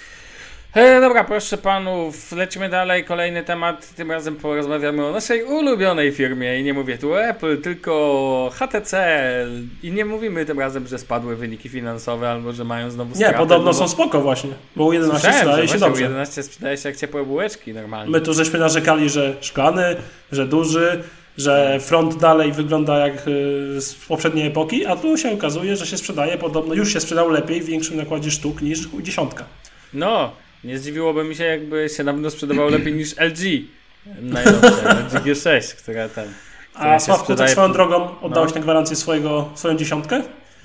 E, dobra, proszę panów, lecimy dalej. Kolejny temat. Tym razem porozmawiamy o naszej ulubionej firmie. I nie mówię tu Apple, tylko H T C. I nie mówimy tym razem, że spadły wyniki finansowe albo że mają znowu straty. Nie, podobno no są spoko właśnie. Bo U jedenaście Słyszałem, sprzedaje się dobrze. U jedenaście sprzedaje się jak ciepłe bułeczki normalnie. My tu żeśmy narzekali, że szklany, że duży, że front dalej wygląda jak z poprzedniej epoki, a tu się okazuje, że się sprzedaje podobno, już się sprzedał lepiej w większym nakładzie sztuk niż dziesiątka. No, nie zdziwiłoby mi się, jakby się na pewno sprzedawał lepiej niż L G. Najnowsze, L G G sześć, która ten... A Sławku, tak swoją drogą oddałeś no. na gwarancję swojego, swoją dziesiątkę?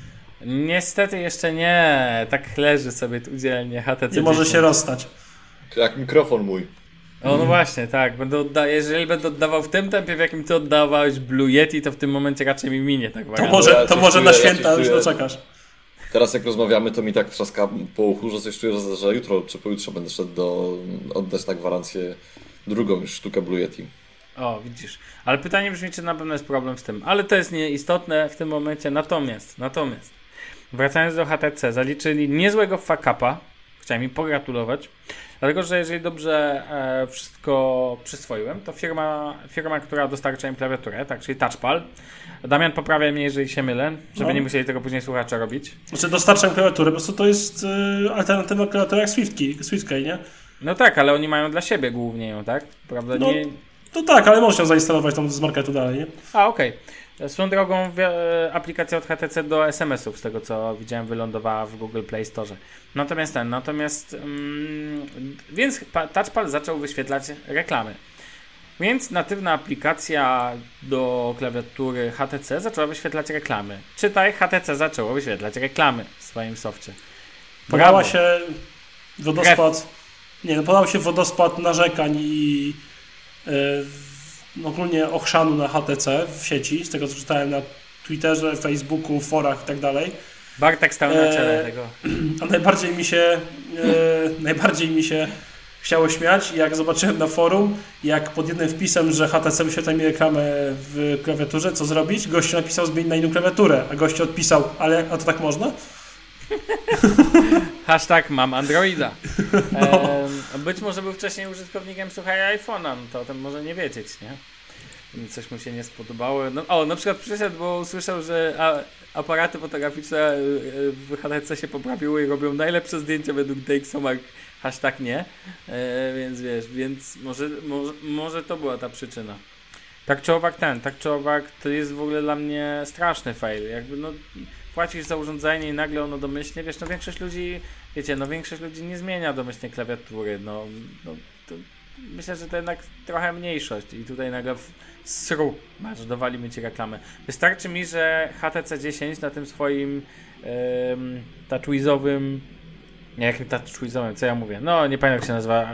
Niestety jeszcze nie. Tak leży sobie tu dzielnie H T C. Nie może się rozstać. Jak mikrofon mój. O, no mm. właśnie, tak. Będę odda- jeżeli będę oddawał w tym tempie, w jakim ty oddawałeś Blue Yeti, to w tym momencie raczej mi minie. Tak to może, ja to może na czuję, święta ja już czuję. doczekasz. Teraz jak rozmawiamy, to mi tak trzaska po uchu, że coś czuję, że, że jutro czy pojutrze będę szedł do, oddać na gwarancję drugą już sztukę Blue Yeti. O, widzisz. Ale pytanie brzmi, czy na pewno jest problem z tym. Ale to jest nieistotne w tym momencie. Natomiast, natomiast, wracając do H T C, zaliczyli niezłego fuck upa. Chciałem im pogratulować. Dlatego, że jeżeli dobrze e, wszystko przyswoiłem, to firma, firma, która dostarcza im klawiaturę, tak, czyli Touchpal. Damian, poprawia mnie, jeżeli się mylę, żeby no. nie musieli tego później słuchacze robić. Znaczy dostarczam klawiaturę, po prostu to jest y, alternatywna klawiatura jak SwiftKey, SwiftKey, nie? No tak, ale oni mają dla siebie głównie ją, tak? Prawda? No, nie... to tak, ale można ją zainstalować tam z marketu dalej, nie? A, okej. Okay. Swoją drogą aplikacja od H T C do es em esów, z tego co widziałem, wylądowała w Google Play Store. Natomiast ten, natomiast mm, więc Touchpad zaczął wyświetlać reklamy. Więc natywna aplikacja do klawiatury H T C zaczęła wyświetlać reklamy. Czytaj, H T C zaczęło wyświetlać reklamy w swoim softie. Podała się wodospad, Gref. nie, no podał się wodospad narzekań i yy, ogólnie ochrzanu na H T C w sieci, z tego co czytałem na Twitterze, Facebooku, forach i tak dalej. Bartek stał na czele e, tego. A najbardziej mi się e, najbardziej mi się chciało śmiać, jak zobaczyłem na forum, jak pod jednym wpisem, że H T C wyświetla mi reklamę w klawiaturze, co zrobić? Gościu napisał zmień na inną klawiaturę, a gościu odpisał, ale a to tak można? Hashtag mam Androida. No. E, być może był wcześniej użytkownikiem, słuchaj, iPhone'a, no to o tym może nie wiedzieć, nie? Coś mu się nie spodobało. No, o, na przykład przyszedł, bo usłyszał, że a, aparaty fotograficzne w H T C się poprawiły i robią najlepsze zdjęcia według DxOMark. Hashtag nie. E, więc wiesz, więc może, może, może to była ta przyczyna. Tak czy owak ten, tak czy owak to jest w ogóle dla mnie straszny fail. Jakby no płacisz za urządzenie i nagle ono domyślnie, wiesz, no większość ludzi, wiecie, no większość ludzi nie zmienia domyślnie klawiatury, no, no to myślę, że to jednak trochę mniejszość i tutaj nagle w sru, masz, dowalimy ci reklamę. Wystarczy mi, że H T C dziesięć na tym swoim um, touchwizowym, nie jakim touchwizowym, co ja mówię, no nie pamiętam jak się nazywa,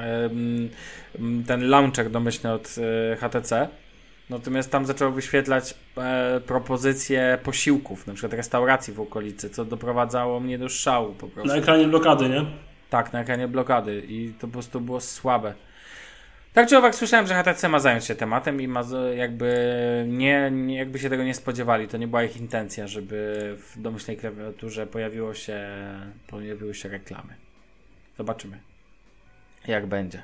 um, ten launcher domyślny od uh, H T C. Natomiast tam zaczęło wyświetlać e, propozycje posiłków, na przykład restauracji w okolicy, co doprowadzało mnie do szału po prostu. Na ekranie blokady, nie? Tak, na ekranie blokady i to po prostu było słabe. Tak czy owak słyszałem, że H T C ma zająć się tematem i ma jakby nie, nie jakby się tego nie spodziewali. To nie była ich intencja, żeby w domyślnej klawiaturze pojawiło się, pojawiły się reklamy. Zobaczymy, jak będzie.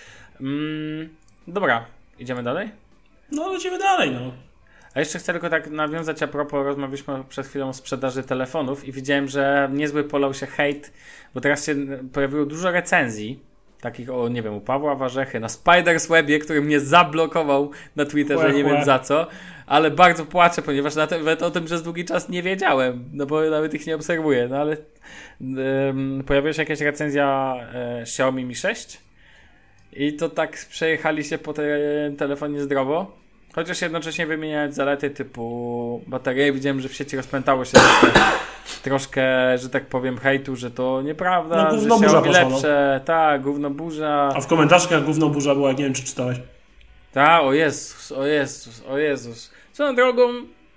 Mm, dobra, idziemy dalej? No, lecimy dalej, no. A jeszcze chcę tylko tak nawiązać a propos, rozmawialiśmy przed chwilą o sprzedaży telefonów i widziałem, że niezły polał się hejt, bo teraz się pojawiło dużo recenzji, takich o, nie wiem, u Pawła Warzechy, na Spiders Webie, który mnie zablokował na Twitterze, nie wiem za co, ale bardzo płaczę, ponieważ nawet o tym przez długi czas nie wiedziałem, no bo nawet ich nie obserwuję, no ale um, pojawiła się jakaś recenzja e, Xiaomi Mi sześć i to tak przejechali się po tym telefonie zdrowo, chociaż jednocześnie wymieniając zalety typu baterie. Widziałem, że w sieci rozpętało się troszkę, troszkę, że tak powiem, hejtu, że to nieprawda, no, gówno że burza Xiaomi lepsze, no. Tak, gówno burza. A w komentarzach gówno burza była, nie wiem czy czytałeś. Tak, o Jezus, o Jezus, o Jezus. Swoją drogą,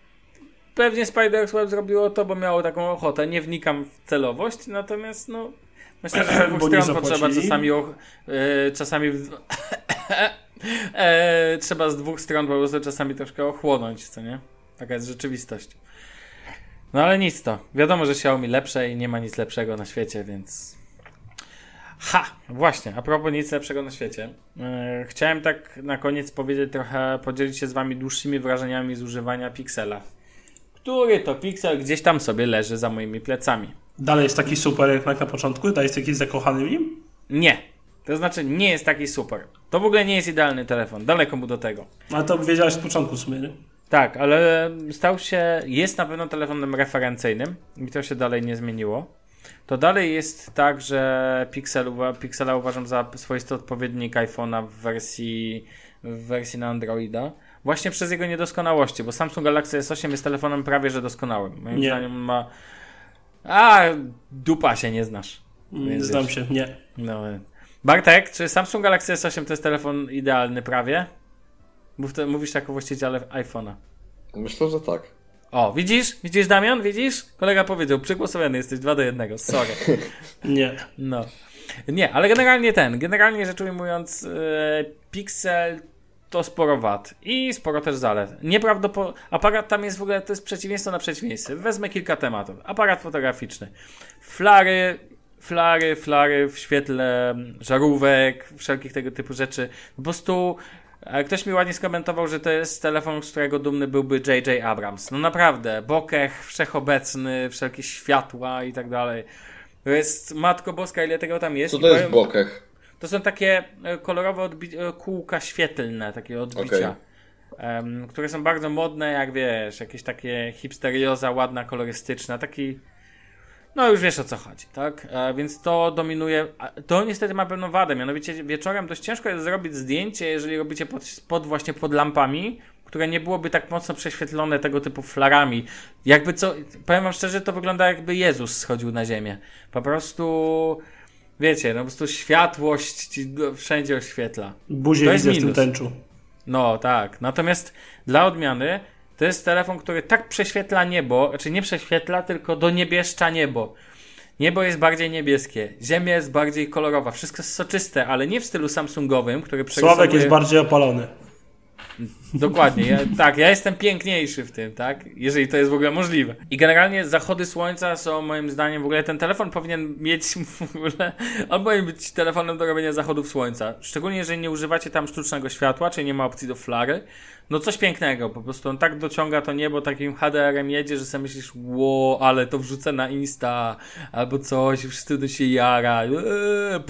pewnie Spiders Web zrobiło to, bo miało taką ochotę, nie wnikam w celowość, natomiast no myślę, że z dwóch stron potrzeba czasami och- yy, czasami w... e, trzeba z dwóch stron po prostu czasami troszkę ochłonąć, co nie? Taka jest rzeczywistość. No ale nic to. Wiadomo, że Xiaomi lepsze i nie ma nic lepszego na świecie, więc... Ha! Właśnie, a propos nic lepszego na świecie. Yy, chciałem tak na koniec powiedzieć trochę, podzielić się z wami dłuższymi wrażeniami z używania Pixela. Który to Pixel gdzieś tam sobie leży za moimi plecami. Dalej jest taki super jak na początku? Dalej jest jakiś zakochany w nim? Nie. To znaczy nie jest taki super. To w ogóle nie jest idealny telefon. Daleko mu do tego. Ale to wiedziałeś z początku w sumie, nie? Tak, ale stał się, jest na pewno telefonem referencyjnym i to się dalej nie zmieniło. To dalej jest tak, że Pixel, Pixela uważam za swoisty odpowiednik iPhone'a w wersji, w wersji na Androida. Właśnie przez jego niedoskonałości, bo Samsung Galaxy S osiem jest telefonem prawie że doskonałym. Moim nie. zdaniem ma... A, dupa się nie znasz. Nie znam wiesz. się, nie. No. Bartek, czy Samsung Galaxy S osiem to jest telefon idealny prawie? Mów to, mówisz tak o właściciele iPhone'a. Myślę, że tak. O, widzisz? Widzisz, Damian? Widzisz? Kolega powiedział, przegłosowany jesteś dwa do jednego. Sorry. Nie. No. Nie, ale generalnie ten, generalnie rzecz ujmując, yy, Pixel to sporo wad i sporo też zalet. Nieprawdopodobnie, aparat tam jest w ogóle, to jest przeciwieństwo na przeciwieństwie. Wezmę kilka tematów. Aparat fotograficzny. Flary, flary, flary w świetle żarówek, wszelkich tego typu rzeczy. Po prostu ktoś mi ładnie skomentował, że to jest telefon, z którego dumny byłby J J Abrams. No naprawdę, bokeh wszechobecny, wszelkie światła i tak dalej. To jest, Matko Boska, ile tego tam jest. Co to jest powiem, bokeh? To są takie kolorowe odbi- kółka świetlne, takie odbicia, okay. um, które są bardzo modne, jak wiesz, jakieś takie hipsterioza, ładna, kolorystyczna, taki, no już wiesz o co chodzi, tak? E, więc to dominuje, to niestety ma pewną wadę, mianowicie wieczorem dość ciężko jest zrobić zdjęcie, jeżeli robicie pod, pod właśnie pod lampami, które nie byłoby tak mocno prześwietlone tego typu flarami. Jakby co, powiem wam szczerze, to wygląda jakby Jezus schodził na ziemię. Po prostu... Wiecie, no po prostu światłość ci wszędzie oświetla. Buzię widzę w tym tęczu. No tak. Natomiast dla odmiany To jest telefon, który tak prześwietla niebo, znaczy nie prześwietla, tylko doniebieszcza niebo. Niebo jest bardziej niebieskie, ziemia jest bardziej kolorowa, wszystko jest soczyste, ale nie w stylu samsungowym, który przerysowuje... Sławek jest bardziej opalony. Dokładnie, ja, tak, ja jestem piękniejszy w tym, tak? Jeżeli to jest w ogóle możliwe. I generalnie zachody słońca są moim zdaniem, w ogóle ten telefon powinien mieć w ogóle, on powinien być telefonem do robienia zachodów słońca. Szczególnie jeżeli nie używacie tam sztucznego światła, czyli nie ma opcji do flary. No coś pięknego, po prostu on tak dociąga to niebo, takim H D R-em jedzie, że sobie myślisz, ło, ale to wrzucę na Insta, albo coś, wszyscy to się jara. Eee,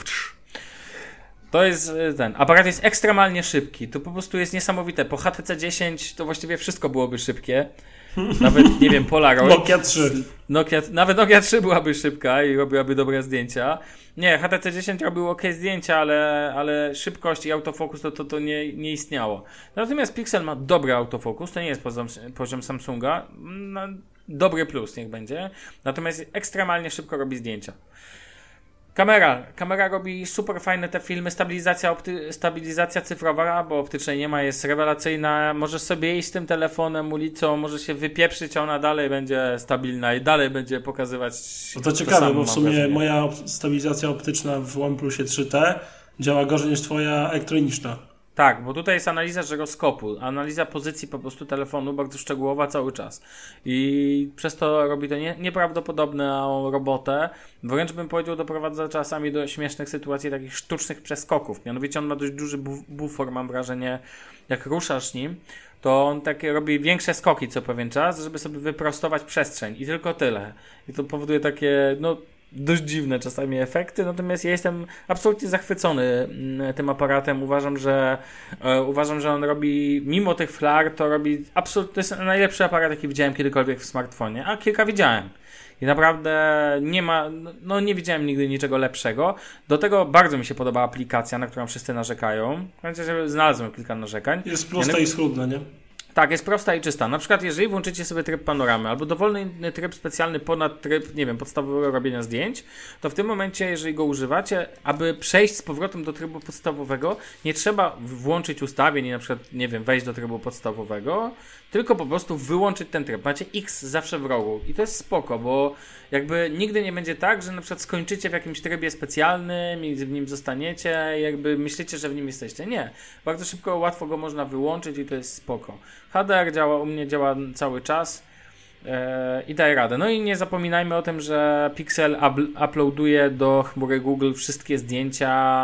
To jest ten. Aparat jest ekstremalnie szybki. To po prostu jest niesamowite. Po H T C dziesięć to właściwie wszystko byłoby szybkie. Nawet, nie wiem, Polaroid. Nokia trzy. Nokia, nawet Nokia trzy byłaby szybka i robiłaby dobre zdjęcia. Nie, H T C dziesięć robił ok zdjęcia, ale, ale szybkość i autofokus to, to, to nie, nie istniało. Natomiast Pixel ma dobry autofokus. To nie jest poziom, poziom Samsunga. No, dobry plus niech będzie. Natomiast ekstremalnie szybko robi zdjęcia. Kamera. Kamera robi super fajne te filmy. Stabilizacja, opty- stabilizacja cyfrowa, bo optycznej nie ma, jest rewelacyjna. Możesz sobie iść z tym telefonem ulicą, może się wypieprzyć, a ona dalej będzie stabilna i dalej będzie pokazywać. No to ciekawe, to bo w sumie moja op- stabilizacja optyczna w OnePlusie trzy T działa gorzej niż twoja elektroniczna. Tak, bo tutaj jest analiza żyroskopu, analiza pozycji po prostu telefonu, bardzo szczegółowa cały czas. I przez to robi to nie, nieprawdopodobną robotę. Wręcz bym powiedział, doprowadza czasami do śmiesznych sytuacji, takich sztucznych przeskoków. Mianowicie on ma dość duży buf- bufor, mam wrażenie, jak ruszasz nim, to on takie robi większe skoki co pewien czas, żeby sobie wyprostować przestrzeń. I tylko tyle. I to powoduje takie, no... dość dziwne czasami efekty, natomiast ja jestem absolutnie zachwycony tym aparatem. Uważam, że e, uważam, że on robi, mimo tych flar, to robi absolutnie, to jest najlepszy aparat, jaki widziałem kiedykolwiek w smartfonie, a kilka widziałem. I naprawdę nie ma, no nie widziałem nigdy niczego lepszego. Do tego bardzo mi się podoba aplikacja, na którą wszyscy narzekają. Chociaż znalazłem kilka narzekań. Jest prosta ja, i schludna, nie? Tak, jest prosta i czysta. Na przykład jeżeli włączycie sobie tryb panoramy albo dowolny inny tryb specjalny ponad tryb, nie wiem, podstawowego robienia zdjęć, to w tym momencie, jeżeli go używacie, aby przejść z powrotem do trybu podstawowego, nie trzeba włączyć ustawień i na przykład, nie wiem, wejść do trybu podstawowego, tylko po prostu wyłączyć ten tryb. Macie X zawsze w rogu i to jest spoko, bo jakby nigdy nie będzie tak, że na przykład skończycie w jakimś trybie specjalnym i w nim zostaniecie i jakby myślicie, że w nim jesteście. Nie. Bardzo szybko, łatwo go można wyłączyć i to jest spoko. H D R działa, u mnie działa cały czas yy, i daje radę. No i nie zapominajmy o tym, że Pixel up- uploaduje do chmury Google wszystkie zdjęcia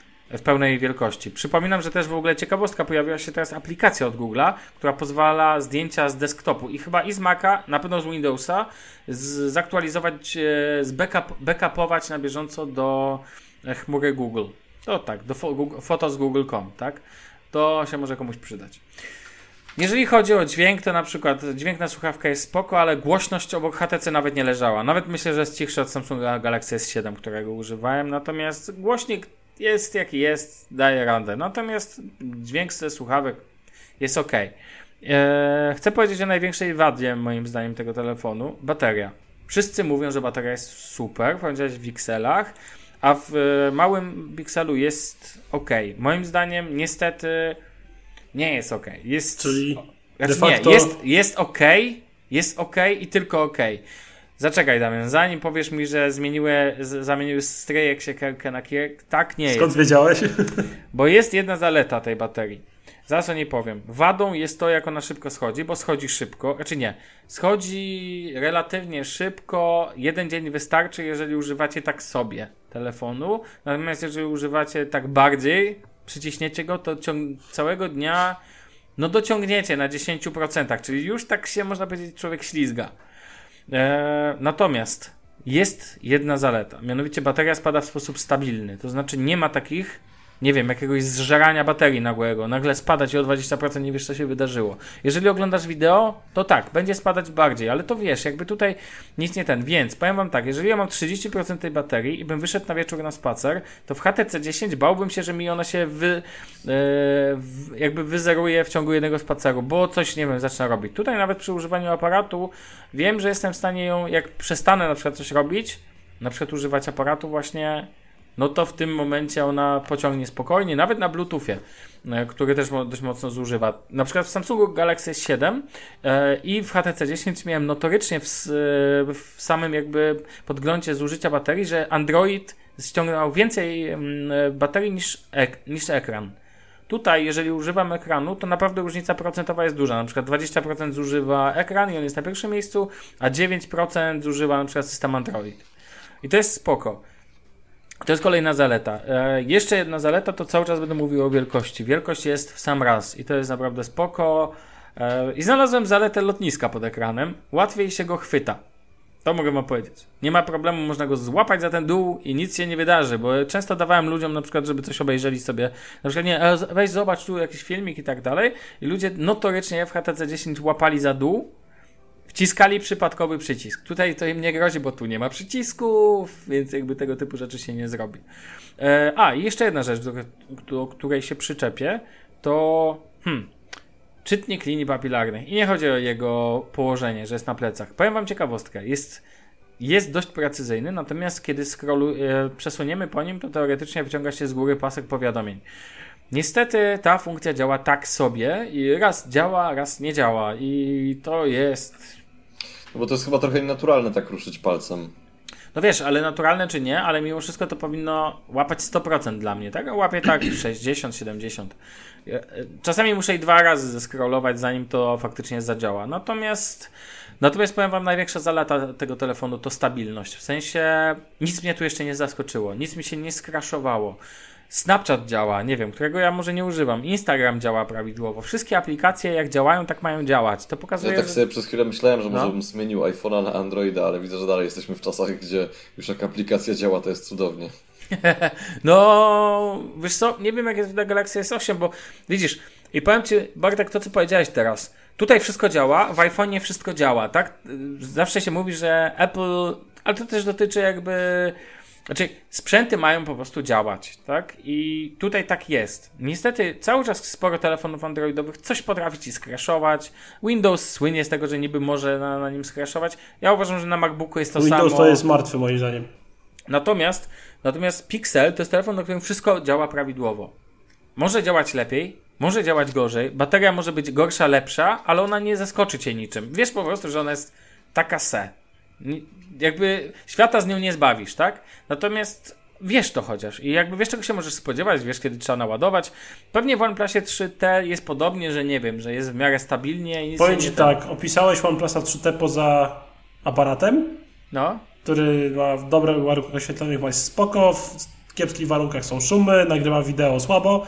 w pełnej wielkości. Przypominam, że też w ogóle ciekawostka, pojawiła się teraz aplikacja od Google'a, która pozwala zdjęcia z desktopu i chyba i z Maca, na pewno z Windowsa, z, zaktualizować, z backup, backupować na bieżąco do chmury Google. To tak, do fotos google kropka com, tak? To się może komuś przydać. Jeżeli chodzi o dźwięk, to na przykład dźwięk na słuchawkę jest spoko, ale głośność obok H T C nawet nie leżała. Nawet myślę, że jest cichszy od Samsunga Galaxy S siedem, którego używałem, natomiast głośnik jest jaki jest, daje radę. Natomiast dźwięk ze słuchawek jest ok. Eee, chcę powiedzieć o największej wadzie, moim zdaniem, tego telefonu. Bateria. Wszyscy mówią, że bateria jest super, powiedziałeś w pikselach, a w e, małym pikselu jest ok. Moim zdaniem, niestety, nie jest ok. Jest, Czyli znaczy, de facto... nie, jest, jest ok, jest ok i tylko ok. Zaczekaj, Damian, zanim powiesz mi, że zmieniły, z, zamieniły stryjek siekierkę na kierek, tak nie jest. Skąd wiedziałeś? Bo jest jedna zaleta tej baterii. Zaraz o niej powiem. Wadą jest to, jak ona szybko schodzi, bo schodzi szybko, znaczy nie, schodzi relatywnie szybko, jeden dzień wystarczy, jeżeli używacie tak sobie telefonu, natomiast jeżeli używacie tak bardziej, przyciśniecie go, to ciąg całego dnia, no dociągniecie na dziesięć procent, czyli już tak się, można powiedzieć, człowiek ślizga. Eee, natomiast jest jedna zaleta, mianowicie bateria spada w sposób stabilny, to znaczy nie ma takich, nie wiem, jakiegoś zżerania baterii nagłego, nagle spada ci o dwadzieścia procent, nie wiesz co się wydarzyło. Jeżeli oglądasz wideo, to tak, będzie spadać bardziej, ale to wiesz, jakby tutaj nic nie ten, więc powiem wam tak, jeżeli ja mam trzydzieści procent tej baterii i bym wyszedł na wieczór na spacer, to w H T C dziesięć bałbym się, że mi ona się wy, yy, w, jakby wyzeruje w ciągu jednego spaceru, bo coś, nie wiem, zaczyna robić. Tutaj nawet przy używaniu aparatu wiem, że jestem w stanie ją, jak przestanę na przykład coś robić, na przykład używać aparatu właśnie, no to w tym momencie ona pociągnie spokojnie, nawet na Bluetoothie, który też dość mocno zużywa. Na przykład w Samsungu Galaxy S siedem i w H T C dziesięć miałem notorycznie w, w samym jakby podglądzie zużycia baterii, że Android ściągnął więcej baterii niż, ek, niż ekran. Tutaj, jeżeli używam ekranu, to naprawdę różnica procentowa jest duża. Na przykład dwadzieścia procent zużywa ekran i on jest na pierwszym miejscu, a dziewięć procent zużywa na przykład system Android. I to jest spoko. To jest kolejna zaleta. E, jeszcze jedna zaleta, to cały czas będę mówił o wielkości. Wielkość jest w sam raz i to jest naprawdę spoko. E, I znalazłem zaletę lotniska pod ekranem. Łatwiej się go chwyta. To mogę wam powiedzieć. Nie ma problemu, można go złapać za ten dół i nic się nie wydarzy, bo często dawałem ludziom na przykład, żeby coś obejrzeli sobie, na przykład nie, weź zobacz tu jakiś filmik i tak dalej i ludzie notorycznie w H T C dziesięć łapali za dół, wciskali przypadkowy przycisk. Tutaj to im nie grozi, bo tu nie ma przycisków, więc jakby tego typu rzeczy się nie zrobi. E, a, i jeszcze jedna rzecz, do, do której się przyczepię, to hmm, czytnik linii papilarnych. I nie chodzi o jego położenie, że jest na plecach. Powiem wam ciekawostkę. Jest, jest dość precyzyjny, natomiast kiedy scrollu, e, przesuniemy po nim, to teoretycznie wyciąga się z góry pasek powiadomień. Niestety ta funkcja działa tak sobie i raz działa, raz nie działa. I to jest... No bo to jest chyba trochę nienaturalne tak ruszyć palcem. No wiesz, ale naturalne czy nie, ale mimo wszystko to powinno łapać sto procent dla mnie, tak? A łapie tak sześćdziesiąt siedemdziesiąt. Czasami muszę i dwa razy zeskrolować, zanim to faktycznie zadziała. Natomiast, natomiast powiem wam, największa zaleta tego telefonu to stabilność. W sensie nic mnie tu jeszcze nie zaskoczyło, nic mi się nie skraszowało. Snapchat działa, nie wiem, którego ja może nie używam. Instagram działa prawidłowo. Wszystkie aplikacje jak działają, tak mają działać. To pokazuje, ja tak że... sobie przez chwilę myślałem, że no. może bym zmienił iPhone'a na Androida, ale widzę, że dalej jesteśmy w czasach, gdzie już jak aplikacja działa, to jest cudownie. No, wiesz co, nie wiem jak jest w Galaxy S osiem, bo widzisz, i powiem ci, Bartek, to co powiedziałeś teraz, tutaj wszystko działa, w iPhone'ie wszystko działa, tak? Zawsze się mówi, że Apple, ale to też dotyczy jakby, znaczy sprzęty mają po prostu działać, tak? I tutaj tak jest. Niestety cały czas sporo telefonów androidowych coś potrafi ci skraszować. Windows słynie z tego, że niby może na, na nim skraszować. Ja uważam, że na MacBooku jest to Windows samo. Windows to jest martwy moim zdaniem. Natomiast, natomiast Pixel to jest telefon, na którym wszystko działa prawidłowo. Może działać lepiej, może działać gorzej, bateria może być gorsza, lepsza, ale ona nie zaskoczy cię niczym. Wiesz po prostu, że ona jest taka se. Jakby świata z nią nie zbawisz, tak? Natomiast wiesz to chociaż i jakby wiesz, czego się możesz spodziewać, wiesz, kiedy trzeba naładować. Pewnie w OnePlusie trzy T jest podobnie, że nie wiem, że jest w miarę stabilnie i nic. Powiem ci nie tak, ten... opisałeś OnePlusa trzy T poza aparatem, no, który ma w dobrych warunkach oświetlonych, ma spoko, w kiepskich warunkach są szumy, nagrywa wideo słabo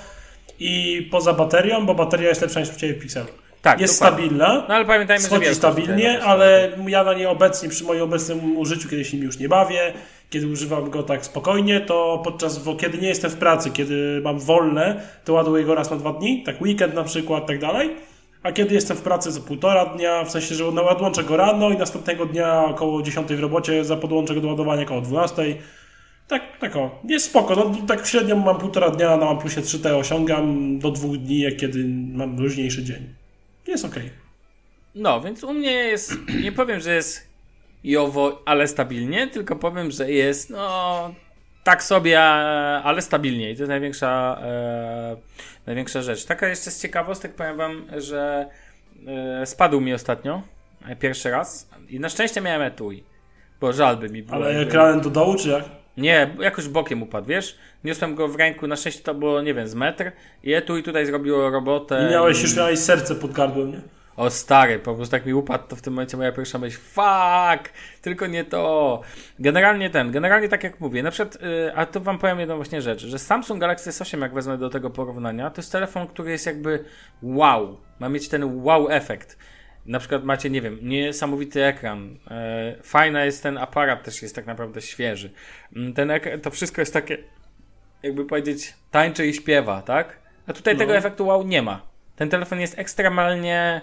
i poza baterią, bo bateria jest lepsza niż u Ciebie w Pixelu. Tak, jest dokładnie. stabilna, no, ale pamiętajmy, schodzi że stabilnie, tutaj, ale ja na niej obecnie, przy moim obecnym użyciu, kiedy się nim już nie bawię, kiedy używam go tak spokojnie, to podczas, kiedy nie jestem w pracy, kiedy mam wolne, to ładuję go raz na dwa dni, tak weekend na przykład, tak dalej. A kiedy jestem w pracy za półtora dnia, w sensie, że odłączę go rano i następnego dnia około dziesiątej w robocie za podłączę go do ładowania około dwunastej. Tak, tak o, jest spoko. No, tak średnio mam półtora dnia na OnePlusie trzy T osiągam do dwóch dni, jak kiedy mam luźniejszy dzień. Jest okej. Okay. No, więc u mnie jest, nie powiem, że jest jowo, ale stabilnie, tylko powiem, że jest, no, tak sobie, ale stabilnie. I to jest największa, e, największa rzecz. Taka jeszcze z ciekawostek, powiem wam, że e, spadł mi ostatnio, e, pierwszy raz i na szczęście miałem etui, bo żal by mi było. Ale ekranem do dołu, czy jak? Nie, jakoś bokiem upadł, wiesz? Niosłem go w ręku, na szczęście to było, nie wiem, z metr i etui tutaj zrobiło robotę. I miałeś, i... już miałeś serce pod gardłem, nie? O stary, po prostu jak mi upadł, to w tym momencie moja pierwsza myśl, fuck, tylko nie to. Generalnie ten, generalnie tak jak mówię, na przykład, yy, a to wam powiem jedną właśnie rzecz, że Samsung Galaxy S osiem, jak wezmę do tego porównania, to jest telefon, który jest jakby wow, ma mieć ten wow efekt. Na przykład macie, nie wiem, niesamowity ekran, yy, fajna jest ten aparat, też jest tak naprawdę świeży. Ten ekran, to wszystko jest takie, jakby powiedzieć, tańczy i śpiewa, tak? A tutaj no. tego efektu wow nie ma. Ten telefon jest ekstremalnie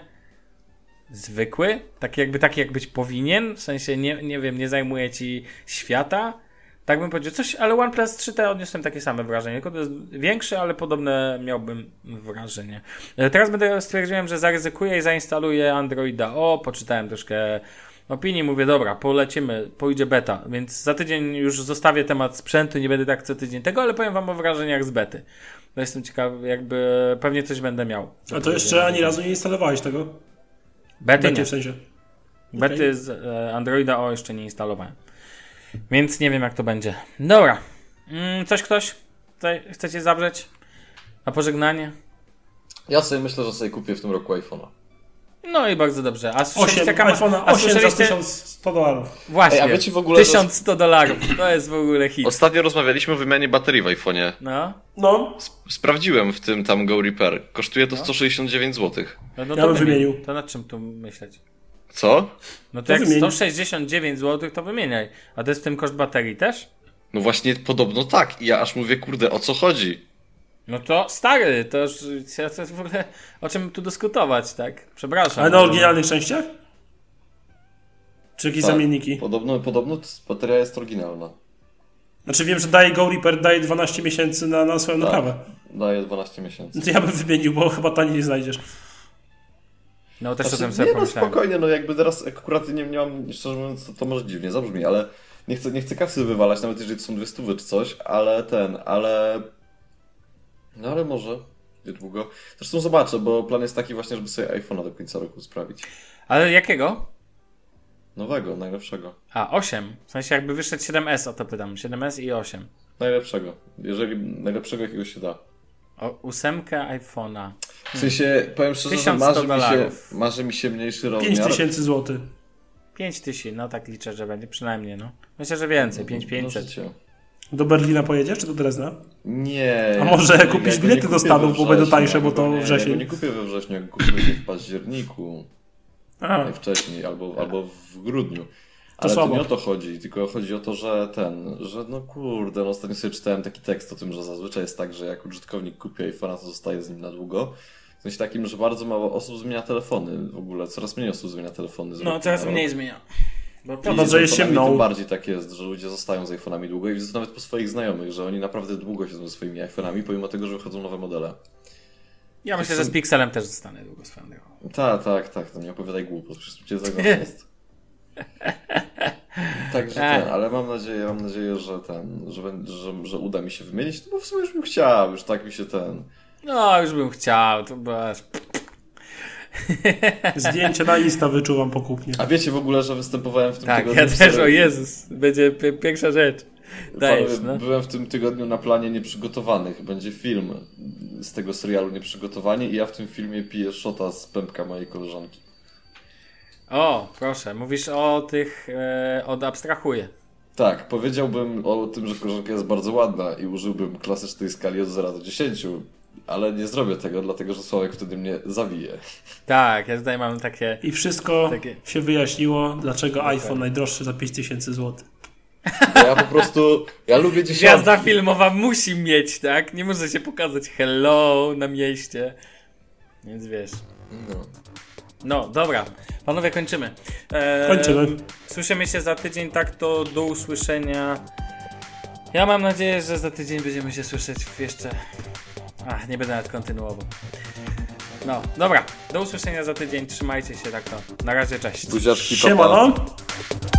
zwykły, taki jakby, taki jak być powinien, w sensie nie, nie wiem, nie zajmuje ci świata, tak bym powiedział, coś, ale OnePlus trzy T odniosłem takie same wrażenie, tylko to jest większe, ale podobne miałbym wrażenie. Teraz będę stwierdziłem, że zaryzykuję i zainstaluję Androida O, poczytałem troszkę opinii mówię, dobra, polecimy, pójdzie beta, więc za tydzień już zostawię temat sprzętu, nie będę tak co tydzień tego, ale powiem wam o wrażeniach z bety. No jestem ciekawy, jakby pewnie coś będę miał. A to jeszcze ani razu nie instalowałeś tego? Bety, Bety nie. w sensie. Bety Okay. z e, Androida O jeszcze nie instalowałem. Więc nie wiem jak to będzie. Dobra. Mm, coś ktoś? Tutaj chcecie zawrzeć? Na pożegnanie? Ja sobie myślę, że sobie kupię w tym roku iPhone'a. No i bardzo dobrze. A słyszeliście osiem, jaka ma... iPhone'a A osiem za słyszeliście... tysiąc sto dolarów. Właśnie. Ej, a wiecie w ogóle, że- tysiąc sto dolarów. To jest w ogóle hit. Ostatnio rozmawialiśmy o wymianie baterii w iPhone'ie. No. No, Sprawdziłem w tym tam Go Repair. Kosztuje to sto sześćdziesiąt dziewięć złotych. No, no Ja to bym wymienił. To nad czym tu myśleć? Co? No to, To jak wymień. sto sześćdziesiąt dziewięć złotych to wymieniaj. A to jest w tym koszt baterii też? No właśnie podobno tak. I ja aż mówię, kurde, o co chodzi? No to stary, to już ja to jest w ogóle o czym tu dyskutować, tak? Przepraszam. ale na oryginalnych częściach? Czy jakieś Tak. zamienniki? Podobno, podobno bateria jest oryginalna. Znaczy wiem, że daje Go Reaper, daje dwanaście miesięcy na, na swoją Tak. naprawę. Daje dwanaście miesięcy. To ja bym wymienił, bo chyba taniej nie znajdziesz. No też o Znaczy, tym sobie nie no pomyślałem. spokojnie, no jakby teraz akurat nie, nie mam, szczerze mówiąc, to, to może dziwnie zabrzmi, ale nie chcę, nie chcę kasy wywalać, nawet jeżeli to są dwie stówy czy coś, ale ten, ale... No ale może, niedługo. Zresztą zobaczę, bo plan jest taki właśnie, żeby sobie iPhone'a do końca roku sprawić. Ale jakiego? Nowego, najlepszego. A, osiem. W sensie jakby wyszedł siedem S, o to pytam. siedem S i osiem. Najlepszego. Jeżeli najlepszego jakiego się da. O ósemkę iPhone'a. W sensie, powiem szczerze, że tysiąc sto marzy mi, się, dolarów. marzy mi się mniejszy pięć rozmiar. tysięcy złotych. pięć tysięcy, no tak liczę, że będzie przynajmniej, no. Myślę, że więcej, pięć tysięcy pięćset. No, życie. Do Berlina pojedziesz, czy do Drezna? Nie. A może ja kupisz go bilety nie do kupię Stanów, we bo będą wrześniu, tańsze, bo ja to go nie, wrzesień. Ja go nie kupię we wrześniu, ja go kupię w październiku. A, Najwcześniej, albo, albo w grudniu. Ale to, słabo. nie o to chodzi, tylko chodzi o to, że ten, że no kurde, no ostatnio sobie czytałem taki tekst o tym, że zazwyczaj jest tak, że jak użytkownik kupi iPhone'a, to zostaje z nim na długo. W sensie takim, że bardzo mało osób zmienia telefony w ogóle, coraz mniej osób zmienia telefony. z No, roku coraz na rok. mniej zmienia. Bo I No, z że jest iPhone'ami ciemno. Tym bardziej tak jest, że ludzie zostają z iPhone'ami długo i widzę to nawet po swoich znajomych, że oni naprawdę długo siedzą ze swoimi iPhone'ami, pomimo tego, że wychodzą nowe modele. ja myślę, że z Pixelem też zostanę długo swoją drogą. Tak, tak, tak, to nie opowiadaj głupot, przecież cię zagrożone jest. Także ten, ale mam nadzieję, mam nadzieję, że ten, że, będzie- że, że uda mi się wymienić, no bo w sumie już bym chciał, już tak mi się ten... No, już bym chciał, to było aż... zdjęcie na Insta wyczuwam po kupnie. A wiecie w ogóle, że występowałem w tym Tak, tygodniu... ja w też, serialu- o Jezus, będzie pi- pierwsza rzecz. Dajesz, Panowie, no. Byłem w tym tygodniu na planie Nieprzygotowanych, będzie film z tego serialu Nieprzygotowani i ja w tym filmie piję szota z pępka mojej koleżanki. O, proszę, mówisz o tych, e, od abstrahuję. Tak, powiedziałbym o tym, że koleżanka jest bardzo ładna i użyłbym klasycznej skali od zera do dziesięciu, ale nie zrobię tego, dlatego że Sławek wtedy mnie zawije. Tak, ja tutaj mam takie... I wszystko Takie- się wyjaśniło, dlaczego iPhone najdroższy za pięć tysięcy złotych. Bo ja po prostu, ja lubię dziesiątki. Gwiazda filmowa musi mieć, tak? Nie może się pokazać hello na mieście. Więc wiesz. No. No, dobra. Panowie, kończymy. Eee, Kończymy. Słyszymy się za tydzień, tak to do usłyszenia. Ja mam nadzieję, że za tydzień będziemy się słyszeć w jeszcze... Ach, nie będę nawet kontynuował. No, dobra. Do usłyszenia za tydzień. Trzymajcie się tak to. Na razie, cześć. Buziaczki, papa. Siemano!